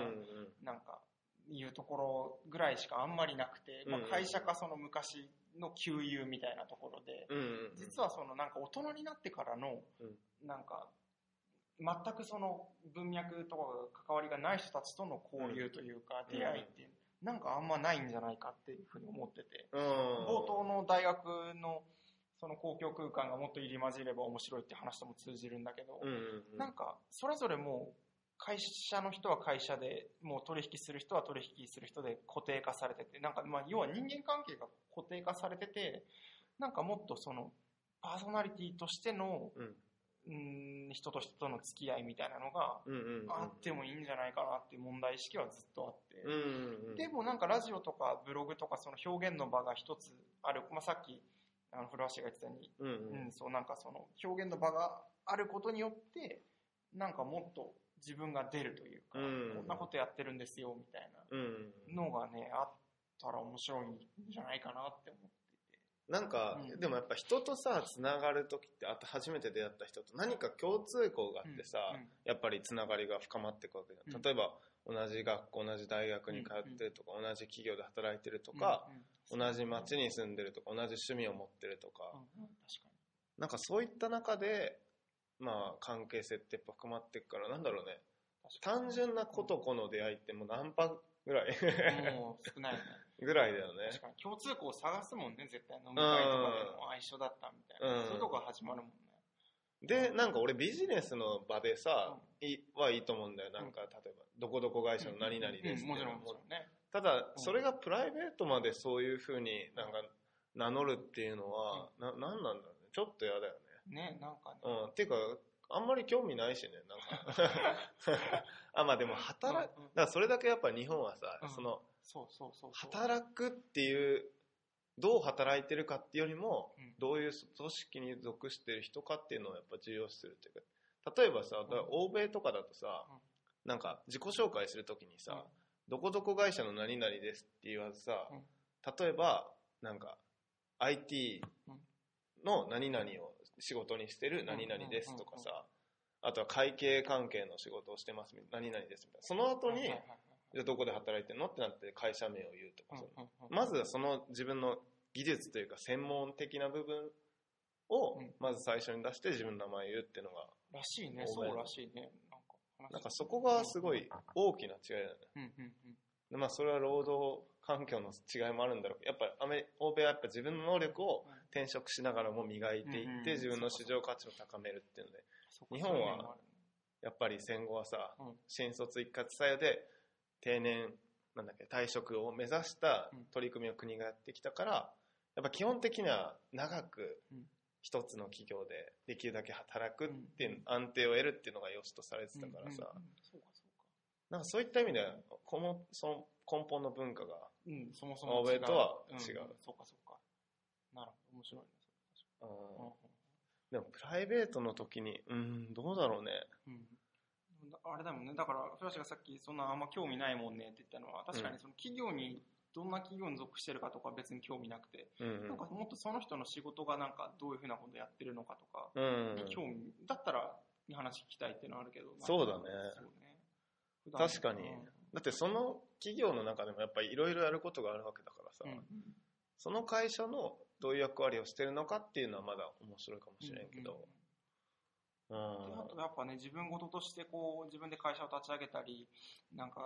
なんかいうところぐらいしかあんまりなくて、まあ、会社かその昔の旧友みたいなところで、うんうん、実はそのなんか大人になってからのなんか全くその文脈とか関わりがない人たちとの交流というか出会いってなんかあんまないんじゃないかっていうふうに思ってて、冒頭の大学のその公共空間がもっと入り混じれば面白いって話とも通じるんだけど、なんかそれぞれもう会社の人は会社でもう取引する人は取引する人で固定化されてて、なんかまあ要は人間関係が固定化されてて、なんかもっとそのパーソナリティとしての、うんうん人と人との付き合いみたいなのがあってもいいんじゃないかなっていう問題意識はずっとあって、うんうんうん、でもなんかラジオとかブログとかその表現の場が一つある、まあ、さっきあの古橋が言ってたように、うんうんうん、そうなんかその表現の場があることによってなんかもっと自分が出るというか、うんうん、こんなことやってるんですよみたいなのがねあったら面白いんじゃないかなって思って。
なんか、うん、でもやっぱ人とさつながる時ってあと初めて出会った人と何か共通項があってさ、うんうん、やっぱりつながりが深まっていくわけじゃん、うん、例えば同じ学校同じ大学に通ってるとか、うんうん、同じ企業で働いてるとか、うんうん、同じ町に住んでるとか同じ趣味を持ってるとか、うんうん、確かになんかそういった中でまあ関係性ってやっぱ深まっていくからなんだろうね単純な子と子の出会いってもう何パぐらい
もう少ないね
ぐらいだよね。
確かに共通項を探すもんね絶対飲み会とかでも一緒だったみたいな、うん、そういうとこが始まるもんね。
でなんか俺ビジネスの場でさ、うん、いはいいと思うんだよ。なんか例えばどこどこ会社の何々ですって、
もちろんもちろんね。
ただそれがプライベートまでそういう風になんか名乗るっていうのは、うん、ななんなんだろうね。ちょっと嫌だよ
ね。ねなんかね。
うんっていうかあんまり興味ないしねなんかあまあでも働く、うんうん、だからそれだけやっぱ日本はさ、うん、その
そうそうそうそう
働くっていうどう働いてるかっていうよりも、うん、どういう組織に属してる人かっていうのをやっぱ重要視するっていうか例えばさ、うん、欧米とかだとさ、うん、なんか自己紹介するときにさ、うん、どこどこ会社の何々ですって言わずさ、うん、例えばなんか アイティー の何々を仕事にしてる何々ですとかさ、あとは会計関係の仕事をしてます何々ですみたいなその後に、はいはいはいじゃあどこで働いてんのってなって会社名を言うとか、うんうんうん、まずはその自分の技術というか専門的な部分をまず最初に出して自分の名前を言うっていうのが
らしいねそうらしいね
なんかなんかそこがすごい大きな違いだね、うんうんうん、でまあそれは労働環境の違いもあるんだろうけどやっぱりアメ欧米はやっぱ自分の能力を転職しながらも磨いていって、うんうん、自分の市場価値を高めるっていうので日本はやっぱり戦後はさ、うん、新卒一括採用で定年なんだっけ退職を目指した取り組みを国がやってきたからやっぱ基本的には長く一つの企業でできるだけ働くっていう安定を得るっていうのが良しとされてたからさなんかそういった意味ではこのその根本の文化が欧米とは違う。
そうかそうかなるほど面白いねそれ、うん、
でもプライベートの時にうんどうだろうね、うん
あれだもんね。だから、フラッシュがさっき、そんなあんま興味ないもんねって言ったのは、確かにその企業に、どんな企業に属してるかとか別に興味なくて、うんうん、なんかもっとその人の仕事がなんかどういうふうなことやってるのかとか、うんうん、興味、だったら話聞きたいっていうのはあるけど。
そうだね。そうね確かに、うん。だってその企業の中でもやっぱりいろいろやることがあるわけだからさ、うんうん、その会社のどういう役割をしてるのかっていうのはまだ面白いかもしれんけど、うんうん
あとやっぱね自分事としてこう自分で会社を立ち上げたりなんか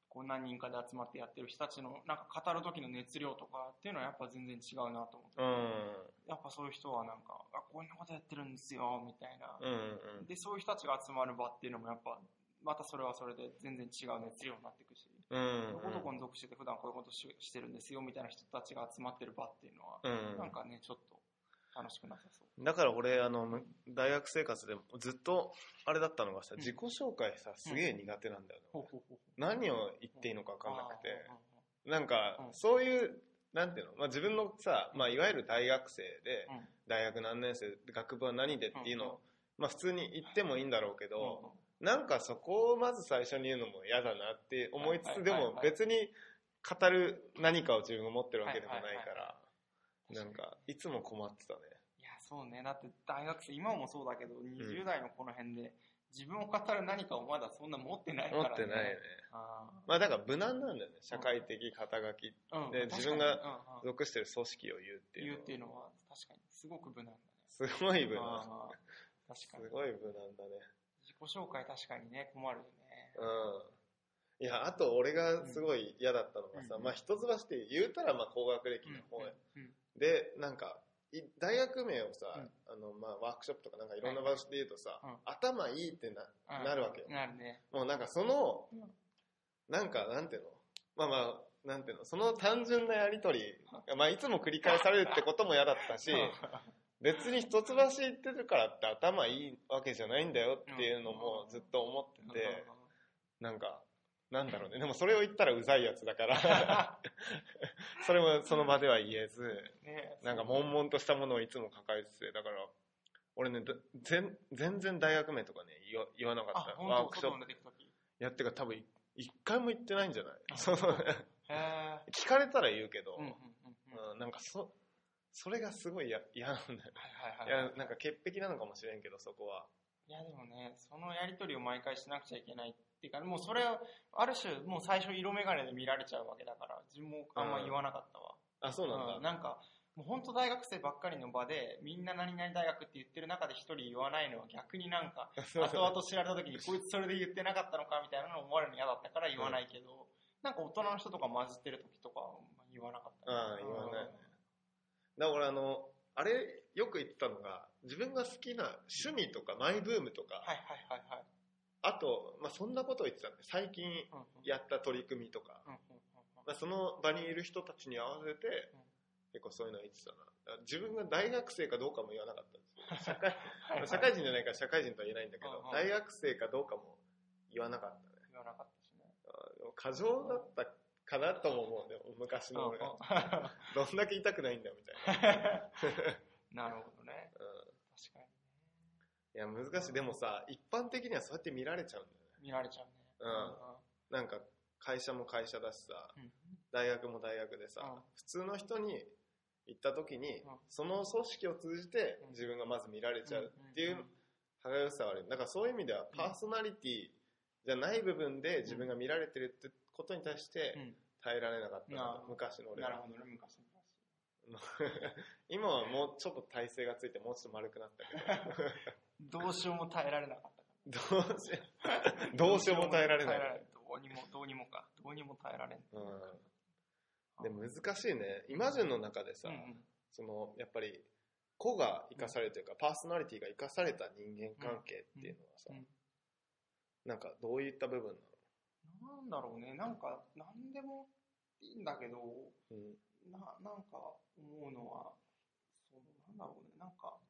こう何人かで集まってやってる人たちのなんか語る時の熱量とかっていうのはやっぱ全然違うなと思って、うん、やっぱそういう人はなんかあこういうことやってるんですよみたいな、うんうん、でそういう人たちが集まる場っていうのもやっぱまたそれはそれで全然違う熱量になっていくし、うんうん、どこどこに属してて普段こういうことししてるんですよみたいな人たちが集まってる場っていうのは、うん、なんかねちょっと楽しくなさそう。
だから俺あの大学生活でずっとあれだったのがさ、自己紹介さすげえ苦手なんだよね、うん、何を言っていいのか分かんなくて、なんかそういうなんていうの、まあ、自分のさ、まあ、いわゆる大学生で、大学何年生学部は何でっていうのを、まあ、普通に言ってもいいんだろうけど、なんかそこをまず最初に言うのも嫌だなって思いつつ、でも別に語る何かを自分が持ってるわけでもないから、なんかいつも困ってたね。
いやそうね、だって大学生今もそうだけどにじゅう代のこの辺で自分を語る何かをまだそんな持ってないからね。
持ってないね。あまあだから無難なんだよね、社会的肩書き、うん、で自分が属してる組織を言うっていう
言うっていうのは確かにすごく無難だね。
すごい無難。確かにすごい無難だね。
自己紹介確かにね困るよね。
うん。いやあと俺がすごい嫌だったのがさ、うん、まあ一橋って言うたらまあ高学歴の方や、うんうんうんで、なんか、大学名をさ、うん、あの、まあ、ワークショップとかなんかいろんな場所で言うとさ、はいはい、頭いいってな、うん、なるわけよ。
なるね。
もうなんかその、うん、なんかなんていうのまあまあ、なんていうのその単純なやりとり、まあいつも繰り返されるってことも嫌だったし、別に一橋行ってるからって頭いいわけじゃないんだよっていうのもずっと思ってて、なんか、なんだろうね。でもそれを言ったらうざいやつだからそれもその場では言えず、ね、なんか悶々としたものをいつも抱えてて、だから俺ね全全然大学名とかね言わ言わなかった。ワークショップやってか多分一回も言ってないんじゃないその聞かれたら言うけど、うんうんうんうん、なんかそそれがすごい嫌なんだよ、はいはいはいはい、いやなんか潔癖なのかもしれんけどそこは。
いやでもねそのやり取りを毎回しなくちゃいけないっていうか、もうそれはある種もう最初色眼鏡で見られちゃうわけだから自分もあんま言わなかったわ。
あ、そうなんだ。
うん、なんかもう本当大学生ばっかりの場でみんな何々大学って言ってる中で一人言わないのは逆になんか後々知られた時にこいつそれで言ってなかったのかみたいなのを思われるの嫌だったから言わないけど、うん、なんか大人の人とか混じってる時とかは言わなかった、
ね。ああ言わないね。だから俺あのあれよく言ってたのが自分が好きな趣味とかマイブームとか、はいはいはいはい、あと、まあ、そんなことを言ってたんで最近やった取り組みとか、うんうんまあ、その場にいる人たちに合わせて、うん、結構そういうのを言ってたな。自分が大学生かどうかも言わなかったんですよ。社会はい、社会人じゃないから社会人とは言えないんだけど、うんうん、大学生かどうかも言わなかったね。
言わなかったしね。
過剰だったかなとも思うね、昔の俺が。どんだけ痛くないんだみたい
な。なるほどね。うん、確かにね。
いや難しい。でもさ一般的にはそうやって見られちゃうんだよね。
見られちゃうね。
うん。なんか会社も会社だしさ、うん、大学も大学でさ、うん、普通の人に行った時に、うん、その組織を通じて自分がまず見られちゃうっていう歯がゆさはある。だからそういう意味ではパーソナリティじゃない部分で自分が見られてるってことに対して耐えられなかったなと、うん、昔の俺は。
なるほどね、昔の
今はもうちょっと体勢がついてもうちょっと丸くなったけ
どどうしようも耐えられなかった
どうしようどうしようも耐えられない。
どうにもどうにもかどうにも耐えられない、
うん、で難しいね。イマジンの中でさ、うんうん、そのやっぱり個が生かされるというか、うん、パーソナリティが生かされた人間関係っていうのはさ、うんうん、なんかどういった部分な
の？なんだろうね、なんか何でもいいんだけど、うん、な, なんか思うのはそのなんだろうね、なんか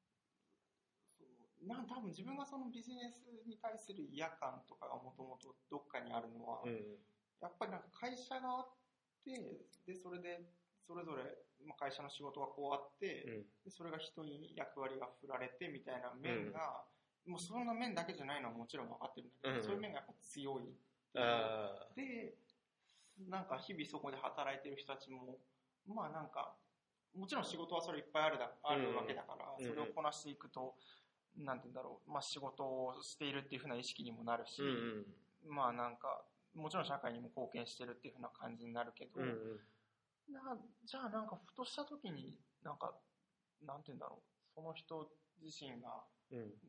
な多分自分がそのビジネスに対する嫌感とかがもともとどっかにあるのは、うん、やっぱりなんか会社があってでそれでそれぞれ会社の仕事がこうあって、うん、でそれが人に役割が振られてみたいな面が、うん、もうそんな面だけじゃないのはもちろん分かってるんだけど、うん、そういう面がやっぱ強いでなんか日々そこで働いてる人たちもまあなんかもちろん仕事はそれいっぱいあるだあるわけだから、うん、それをこなしていくとなんて言うんだろう、まあ、仕事をしているっていう風な意識にもなるし、うんうん、まあなんかもちろん社会にも貢献してるっていう風な感じになるけど、うんうん、なじゃあなんかふとした時になんかなんて言うんだろう、その人自身が、うん、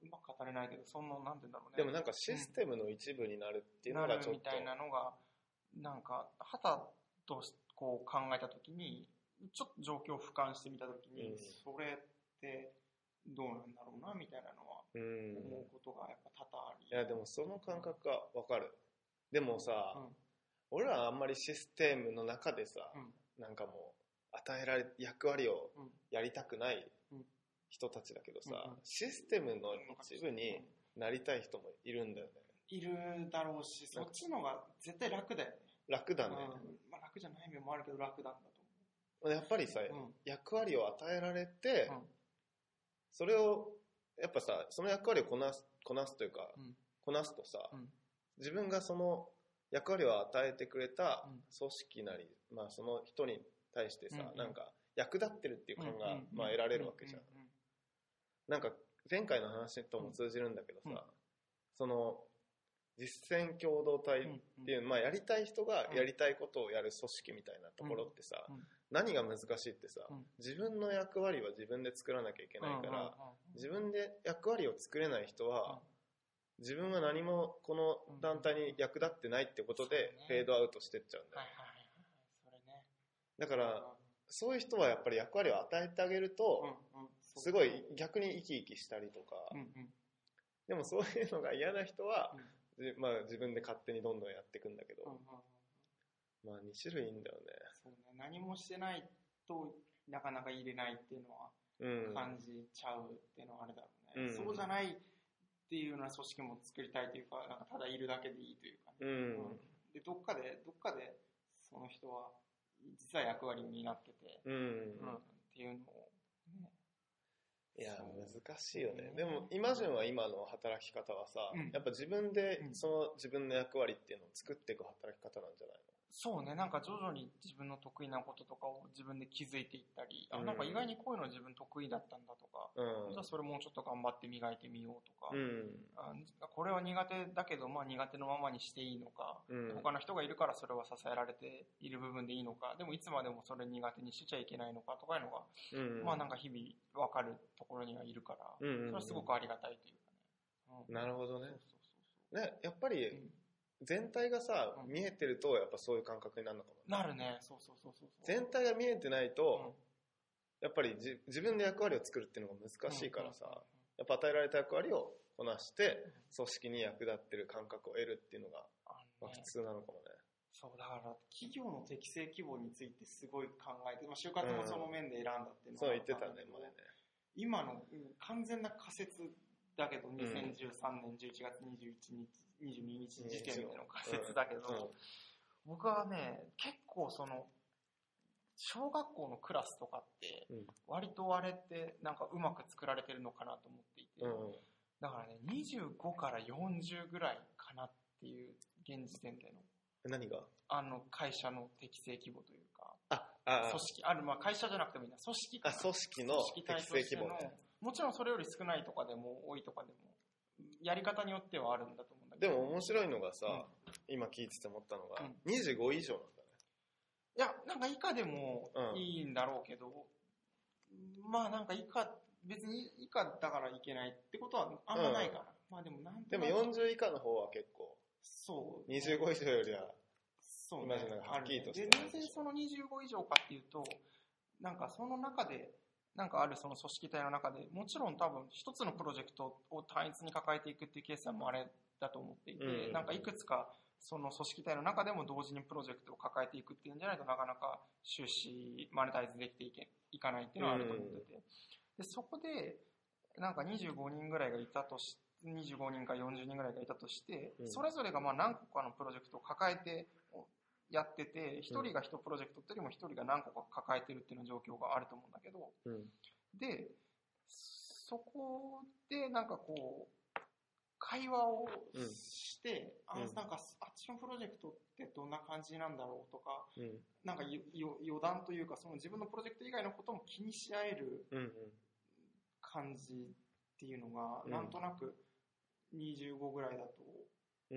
うまく語れないけど、その、なんて言うんだろうね。
でもなんかシステムの一部になるっていうのがちょっと。
みたいなのが、なんか、はたとこう考えたときに、ちょっと状況を俯瞰してみたときに、うん、それってどうなんだろうな、みたいなのは、思うことがやっぱ多々あり。
いや、でもその感覚がわかる。でもさ、うん、俺らはあんまりシステムの中でさ、うん、なんかもう、与えられ、役割をやりたくない人たちだけどさ、うんうん、システムの一部になりたい人もいるんだよね。
いるだろうし、そっちのが絶対楽だよね。
楽だね。
うん、まあ楽じゃない面もあるけど楽なんだと
思う。やっぱりさ、うん、役割を与えられて、うん、それを、やっぱさ、その役割をこなす、こなすというか、うん、こなすとさ、うん、自分がその役割を与えてくれた組織なり、うん、まあその人に対してさ、うん、なんか役立ってるっていう感が、まあ得られるわけじゃん。なんか前回の話とも通じるんだけどさ、うん、その実践共同体っていう、まあやりたい人がやりたいことをやる組織みたいなところってさ、うん、何が難しいってさ、うん、自分の役割は自分で作らなきゃいけないから、自分で役割を作れない人は、自分は何もこの団体に役立ってないってことでフェードアウトしてっちゃうんだよ。だからそういう人はやっぱり役割を与えてあげると、すごい逆に生き生きしたりとか、でもそういうのが嫌な人は、まあ自分で勝手にどんどんやっていくんだけど、まあに種類いいんだよね。
そうね、何もしてないとなかなか入れないっていうのは感じちゃうっていうのはあれだろうね。うん、そうじゃないっていうような組織も作りたいというか、なんかただいるだけでいいというかね。うん、でどっかでどっかでその人は実は役割になってて、うんうん、っていうのをね。
いや難しいよね。でもイマジンは今の働き方はさ、うん、やっぱ自分でその自分の役割っていうのを作っていく働き方なんじゃないの？
そうね、なんか徐々に自分の得意なこととかを自分で気づいていったり、うん、あ、なんか意外にこういうの自分得意だったんだとか、うん、じゃあそれもうちょっと頑張って磨いてみようとか、うん、あ、これは苦手だけど、まあ苦手のままにしていいのか、うん、他の人がいるからそれは支えられている部分でいいのか、でもいつまでもそれ苦手にしちゃいけないのかとかいうのが、うん、まあなんか日々分かるところにはいるから、うん、それはすごくありがたいというかね。
うん、なるほどね。そうそうそうそうね、やっぱり、うん全体がさ、うん、見えてるとやっぱそういう感覚になるのかも、
ね、なるね。そうそうそうそう。
全体が見えてないと、うん、やっぱりじ自分で役割を作るっていうのが難しいからさ、うんうんうんうん、やっぱ与えられた役割をこなして組織に役立ってる感覚を得るっていうのが、まあ、普通なのかもね。
そうだから企業の適正規模についてすごい考えて、まあ、就活もその面で選んだっていうの
は、うん、そう言ってたね前ね。
今の完全な仮説だけどにせんじゅうさんねんじゅういちがつにじゅういちにち、にじゅうににち時点での仮説だけど、うんうん、僕はね結構その小学校のクラスとかって割とあれってなんかうまく作られてるのかなと思っていて、うん、だからねにじゅうごからよんじゅうぐらいかなっていう現時点での
何が
あの会社の適正規模というか、
ああ
組織ある、まあ、会社じゃなくてもいいな、組織かな、
あ組織の適正規模、ね、
もちろんそれより少ないとかでも多いとかでもやり方によってはあるんだと思うんだけ
ど、でも面白いのがさ、うん、今聞いてて思ったのが、うん、にじゅうご以上なんだね。
いやなんか以下でもいいんだろうけど、うん、まあなんか以下別に以下だからいけないってことはあんまないから、うん、まあでもなん
でもよんじゅう以下の方は結構
そう
にじゅうご以上よりは
そうね、はっきりとして、ね、でなぜそのにじゅうご以上かっていうとなんかその中でなんかあるその組織体の中でもちろん多分一つのプロジェクトを単一に抱えていくっていうケースはもうあれだと思っていて、うん、なんかいくつかその組織体の中でも同時にプロジェクトを抱えていくっていうんじゃないとなかなか収支マネタイズできていけいかないっていうのはあると思ってて、うん、でそこでなんかにじゅうごにんぐらいがいたとしにじゅうごにんかよんじゅうにんぐらいがいたとして、うん、それぞれがまあ何個かのプロジェクトを抱えてやってて、一人が一プロジェクトっていうよりも一人が何個か抱えてるっていうような状況があると思うんだけど、うん、でそこでなんかこう会話をして、うん、あなんかあっちのプロジェクトってどんな感じなんだろうとか、うん、なんか余談というかその自分のプロジェクト以外のことも気にし合える感じっていうのが、うん、なんとなくにじゅうごぐらいだと、うん、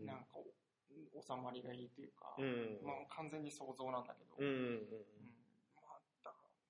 なんか収まりがいいというか、うん、まあ、完全に想像なんだけど、うんうんうん、まあ、だ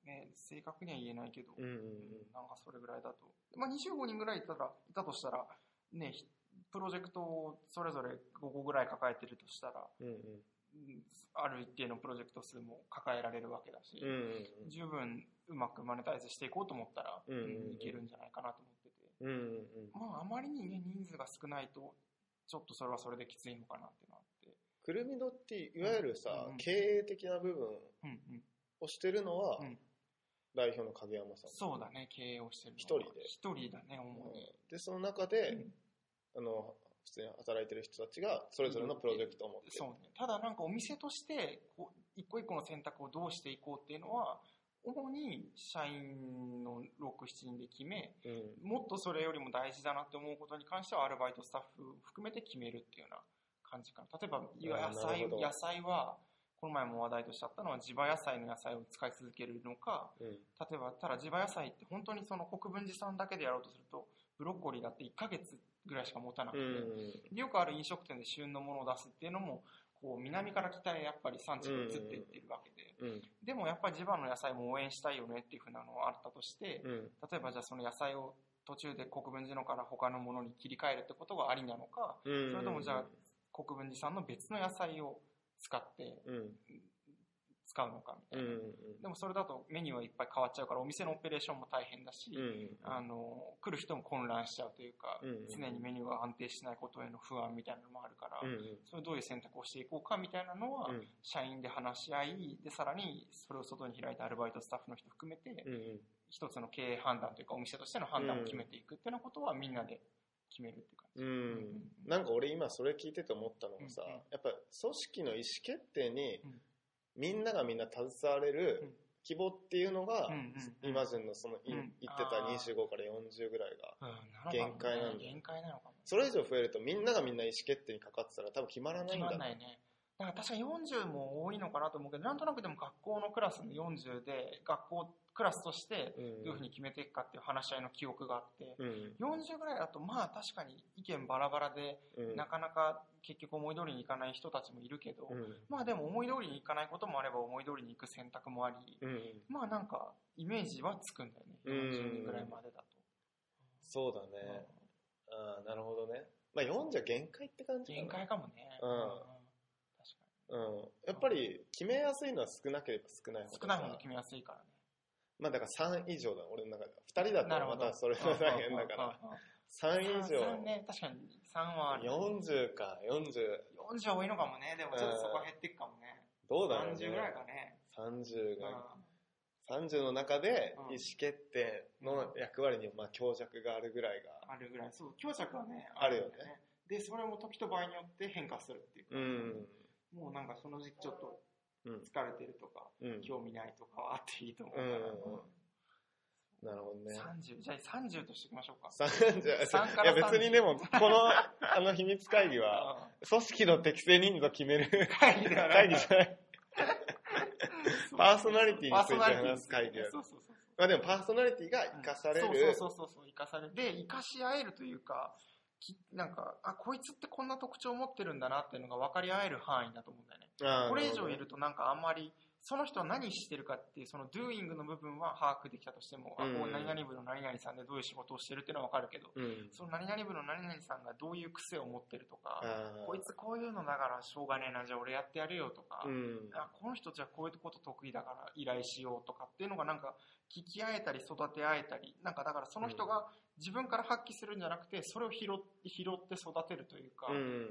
ね、正確には言えないけど、
うんうんうん、
なんかそれぐらいだと。まあ、にじゅうごにんぐらいいたら、いたとしたら、ね、プロジェクトをそれぞれごこぐらい抱えてるとしたら、うんうん、ある一定のプロジェクト数も抱えられるわけだし、うんうんうん、十分うまくマネタイズしていこうと思ったら、うんうんうん、いけるんじゃないかなと思ってて、うんうんうん、まあ、あまりにね、人数が少ないと、ちょっとそれはそれできついのかなっていうのがあって。
くるみどっていわゆるさ、うんうん、経営的な部分をしてるのは、うんうん、代表の影山さん。
そうだね、経営をしてるの
一人で。
一人だね、主に。
で、その中で、うん、あの、普通に働いてる人たちが、それぞれのプロジェクトを持ってる。
そうね。ただなんかお店として、こう一個一個の選択をどうしていこうっていうのは、主に社員のろく、しちにんで決め、うん、もっとそれよりも大事だなって思うことに関しては、アルバイトスタッフ含めて決めるっていうような感じかな。例えば、野菜、野菜は、この前も話題としてあったのは地場野菜の野菜を使い続けるのか、うん、例えばただ地場野菜って本当にその国分寺産だけでやろうとするとブロッコリーだっていっかげつぐらいしか持たなくて、うん、よくある飲食店で旬のものを出すっていうのもこう南から北へやっぱり産地が移っていってるわけで、うん、でもやっぱり地場の野菜も応援したいよねっていうふうなのがあったとして、うん、例えばじゃあその野菜を途中で国分寺のから他のものに切り替えるってことがありなのか、うん、それともじゃあ国分寺産の別の野菜を使って、うん使うのかみたいな、うんうん、でもそれだとメニューはいっぱい変わっちゃうからお店のオペレーションも大変だし、うんうん、あの来る人も混乱しちゃうというか、うんうん、常にメニューが安定しないことへの不安みたいなのもあるから、うんうん、それどういう選択をしていこうかみたいなのは、うん、社員で話し合いでさらにそれを外に開いたアルバイトスタッフの人含めて、うんうん、一つの経営判断というかお店としての判断を決めていくっていうようなことはみんなで決めるって感じ、うんうん、
なんか俺今それ聞いてて思ったのがさ、うんうん、やっぱ組織の意思決定に、うんみんながみんな携われる規模っていうのが、イマジンのその言ってたにじゅうごからよんじゅうぐらいが限界なんだよ。
限界なのかも。
それ以上増えるとみんながみんな意思決定にかかってたら多分決まらないんだ。
決まらないね。だから確かによんじゅうも多いのかなと思うけど、なんとなくでも学校のクラスのよんじゅうで、学校クラスとしてどういうふうに決めていくかっていう話し合いの記憶があって、うん、よんじゅうぐらいだとまあ確かに意見バラバラで、うん、なかなか結局思い通りにいかない人たちもいるけど、うん、まあでも思い通りにいかないこともあれば思い通りにいく選択もあり、うん、まあなんかイメージはつくんだよね、よんじゅうにんぐらいまでだと。
そうだね。ああ、なるほどね。まあよんじゅう限界って感じかな。
限界かもね。
うんうん、やっぱり決めやすいのは少なければ少ないほど
少ないほど決めやすいからね。
まあだからさん以上だ俺の中ではふたりだったらまたそれは大変だからさん以上
さんね確かにさんはある、
ね、よんじゅうかよんじゅう
よんじゅうは多いのかもね。でもちょっとそこは減っていくかもね。
どうだろうね。
さんじゅうぐらいかね。
さんじゅうがさんじゅうの中で意思決定の役割にまあ強弱があるぐらいが
あるぐらい。そう強弱はね
あるよね。
でそれも時と場合によって変化するっていうか、うんもうなんかその時期ちょっと疲れてるとか、うん、興味ないとかはあっていいと思うから、うんうん、
なるほどね。
さんじゅうじゃあさんじゅうとしていきましょうか。
さんじゅういや別にでもこのあの秘密会議は組織の適正人数を決める
会議ではない
会議じゃないパーソナリティについて話す会議だ。そうそうそう。まあでもパーソナリティが生かされる。
そうそうそうそう生かされる。で生かし合えるというか。なんかあこいつってこんな特徴を持ってるんだなっていうのが分かり合える範囲だと思うんだよね。これ以上いるとなんかあんまりその人は何してるかっていうその doing の部分は把握できたとしても、うん、あこう何々部の何々さんでどういう仕事をしてるっていうのは分かるけど、うん、その何々部の何々さんがどういう癖を持ってるとか、こいつこういうのだからしょうがねえなじゃあ俺やってやるよとか、うん、あこの人じゃあこういうこと得意だから依頼しようとかっていうのがなんか聞き合えたり育て合えたりなんかだからその人が自分から発揮するんじゃなくてそれを拾って拾って育てるというか、うん、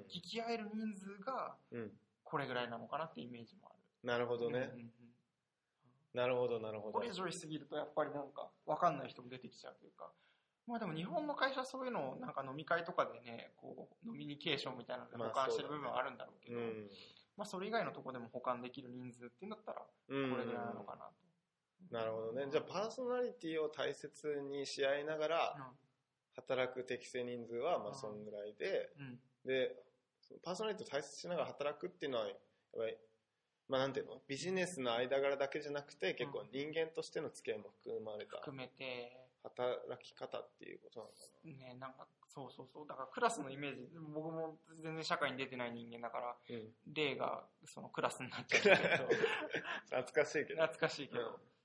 聞き合える人数がこれぐらいなのかなってイメージもある。
なるほどね、うんうんうん、なるほどなるほど。
これ以上しすぎるとやっぱりなんか分かんない人も出てきちゃうというか、まあでも日本の会社はそういうのをなんか飲み会とかでねこうノミニケーションみたいなので保管してる部分はあるんだろうけど、まあ そ,、ねうんまあ、それ以外のところでも保管できる人数っていうんだったらこれぐらいなのかなと、
うん、なるほどね。じゃあパーソナリティを大切にし合いながら、うん働く適正人数はまあそんぐらいで、うん、でパーソナリティを大切にしながら働くっていうのはやっぱりまあなんていうのビジネスの間柄だけじゃなくて結構人間としての付き合いも含まれた
含めて
働き方っていうことなのかな。
ねなんかそうそうそうだからクラスのイメージ僕も全然社会に出てない人間だから、うん、例がそのクラスになっちゃうけど
懐かしいけど
懐かしいけど、うん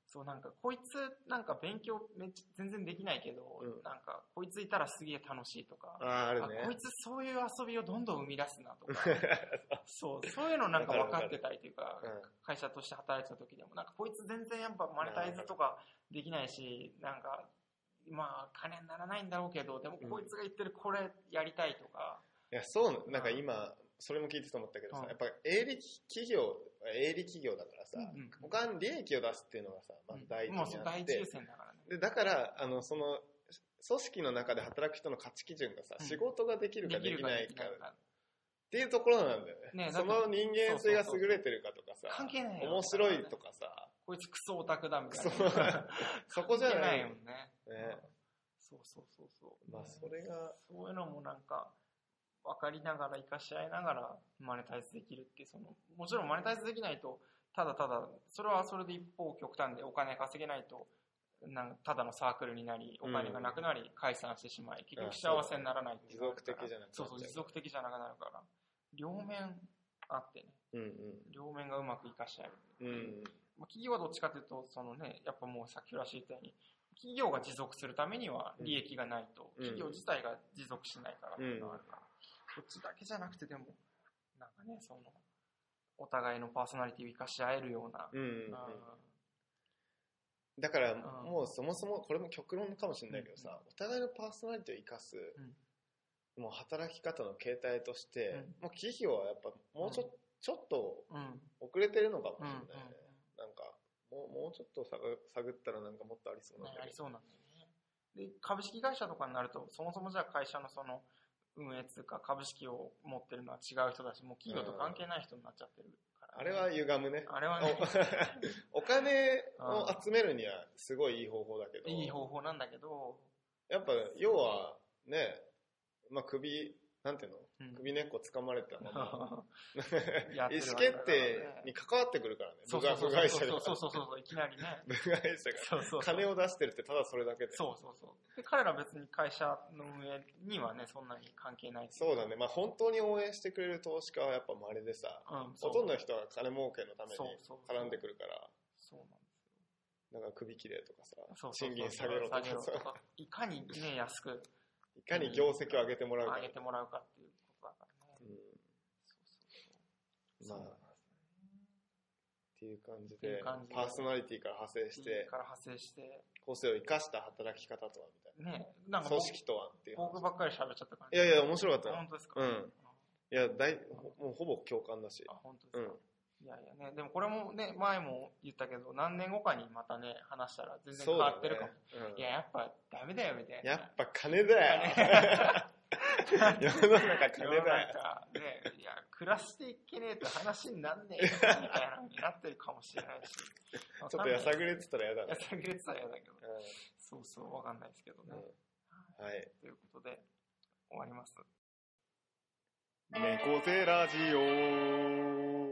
そうなんかこいつなんか勉強めっちゃ全然できないけど、うん、なんかこいついたらすげえ楽しいとか、
ああるね、
こいつそういう遊びをどんどん生み出すなとかそうそういうのなんか分かってたりというか、うん、会社として働いてた時でもなんかこいつ全然やっぱマネタイズとかできないし、なんかまあ金にならないんだろうけどでもこいつが言ってるこれやりたいとか、
うん、いやそうなんか今それも聞いてて思ったけどさ、うん、やっぱ営利企業営利企業だからさ、うんうん、他に利益を出すっていうのがさ、まず第一にあって、うん、
第一優先だからね。
でだからあのその組織の中で働く人の価値基準がさ、うん、仕事ができるかできないかっていうところなんだよね。ねその人間性が優れてるかとかさ、
関係ないよ
面白いとかさ、
こいつクソオタクだみたいな。
そこじゃない
よね。ねそうそうそうそう。
まあそれが
そういうのもなんか。分かりながら生かし合いながらマネタイズできるっていうそのもちろんマネタイズできないとただただそれはそれで一方極端でお金稼げないとなんただのサークルになりお金がなくなり解散してしまい、うん、結局幸せにならないっていう
持続的じゃなく
そうそう持続的じゃなくなるから両面あってね、うんうん、両面がうまく生かし合える、うんまあ、企業はどっちかというとそのねやっぱもうさっきらしい言ったように企業が持続するためには利益がないと、うん、企業自体が持続しないからっていうのがあるから、うんこっちだけじゃなくてでもなんかねそのお互いのパーソナリティを生かし合えるような、うんうんうん、
だからもうそもそもこれも極論かもしれないけどさ、うん、お互いのパーソナリティを生かす、うん、もう働き方の形態として、うん、もう企業はやっぱもうちょ,、うん、ちょっと遅れてるのかもしれないね、うんうんうん、なんかもう、もうちょっと探ったらなんかもっとありそうなんだけど、
ありそうなんだよね。で株式会社とかになるとそもそもじゃあ会社のその運営つうか株式を持ってるのは違う人だしもう企業と関係ない人になっちゃってるから、
ね、あれは歪むね。
あれはね
お金を集めるにはすごいいい方法だけど
いい方法なんだけど
やっぱ要はねまあ首なんていうの、うん、首根っこ掴まれたまま意思決定に関わってくるからね部外者が
そうそうそうそういきなりね
部外者が金を出してるってただそれだけで
そうそうそうで彼ら別に会社の運営にはねそんなに関係ない
そうだねまあ本当に応援してくれる投資家はやっぱ稀でさ、うん、ほとんどの人は金儲けのために絡んでくるからそうなんですよだから首切れとかさ賃金下げろとかさ
いかにね安く
いかに業績を上げてもらうか
上げてもらうかっていうことだからね、うん、
そうそうそうまあっていう感じでパーソナリティから派生して
から派生して
個性を生かした働き方とはみたいな、ね、なんか組織とはっていう
僕ばっかり喋っちゃった感
じいやいや面白かった
本当ですか
うんいやだいもうほぼ共感だし
あ本当ですか、うんいやいやね、でもこれもね、前も言ったけど、何年後かにまたね、話したら全然変わってるかも。ねうん、いや、やっぱダメだよ、みたいな。
やっぱ金だよ。世の中金だよ。
ね、いや、暮らしていけねえと話になんねえよ、みたいなになってるかもしれないし。
ちょっとやさぐれてたら嫌だね。
やさぐれてたら嫌だけど。うん、そうそう、わかんないですけどね、
うん。はい。
ということで、終わります。
猫背ラジオ。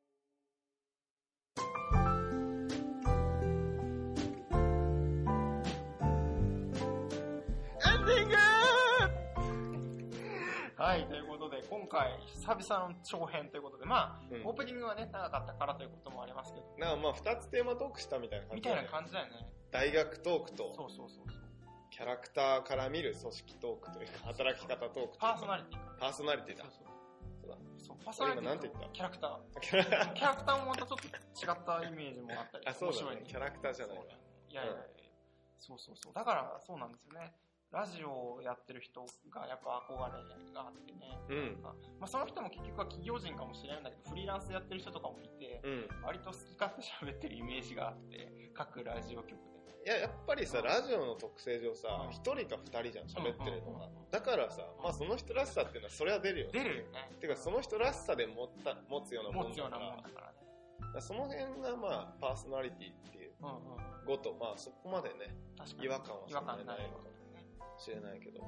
はい、ということで、今回、久々の長編ということで、まあ、うん、オープニングはね、長かったからということもありますけど。
なまあ、二つテーマトークしたみたいな感じ
だよね。みたいな感じだよね。
大学トークと、
そうそうそうそう。
キャラクターから見る組織トークというか、働き方トークというか。
パーソナリティ。
パーソナリティだ。そうそう
そうだ。そう、パーソナリティ。今なんて言ったキャラクター。キャラクターもまたちょっと違ったイメージもあったり。
あ、そうだね。キャラクターじゃない。
いやいやいや、そうそうそう。だから、そうなんですよね。ラジオをやってる人がやっぱ憧れがあってね、うんまあ、その人も結局は企業人かもしれないんだけどフリーランスやってる人とかもいて、うん、割と好き勝手喋ってるイメージがあって各ラジオ局で、
いややっぱりさ、うん、ラジオの特性上さ一、うん、人か二人じゃん喋ってるのが、うんうんうん、だからさ、まあ、その人らしさっていうのはそれは出るよね
出るよね
てかその人らしさで持った持つようなもんだから、
もんだから
ね、その辺がまあパーソナリティっていうごと、まあそこまでね違和感はそんなにないのかもしれないけど、うん、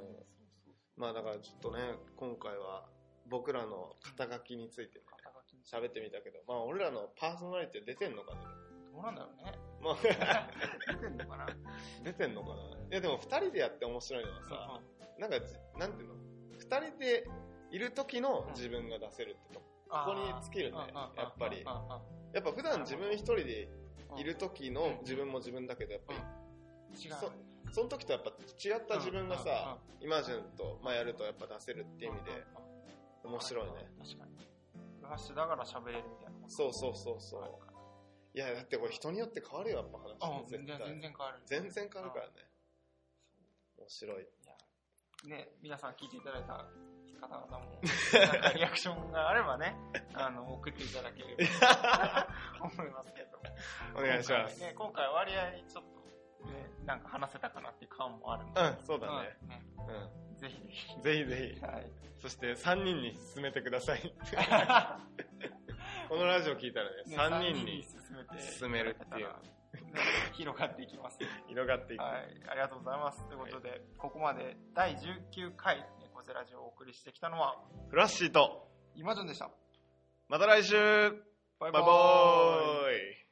まあだからちょっとね今回は僕らの肩書きについてね喋ってみたけど、まあ俺らのパーソナリティ出てんのかね。
どうなんだろうね。
まあ
出てんのかな。
出てんのかな。いやでも二人でやって面白いのはさ、うん、なんかなんていうの、二人でいる時の自分が出せるってとこ、ここに尽きるね。やっぱりやっぱ普段自分一人でいる時の自分も自分だけど、やっぱり、
うん、違う。
そその時とやっぱ違った自分がさ、うんうんうん、イマジンと、まあ、やるとやっぱ出せるっていう意味で、面白いね。
確かに。フラッシュだから喋れるみたいな。
そうそうそうそう。いや、だってこれ人によって変わるよ、やっぱ話。
全然全然変わる。
全然変わるからね。面白い。いや
ね、皆さん聞いていただいた方々も、なんかリアクションがあればね、あの、送っていただければ思いますけど。
お願いします。
ね、今回割合ちょっと、ね、なんか話せたかなっていう感もあるん
で。うん、そうだね。うん。ね
うん、ぜひぜひ。
ぜひぜひ。はい。そしてさんにんに勧めてください。このラジオ聞いたらね、ねさんにんに勧めるっていう。
広がっていきます。
広がっていく。
はい、ありがとうございます。ということで、はい、ここまでだいじゅうきゅうかい猫背ラジオをお送りしてきたのは、
フラッシーと
イマジョンでした。
また来週。
バイバイ。
バイバイ。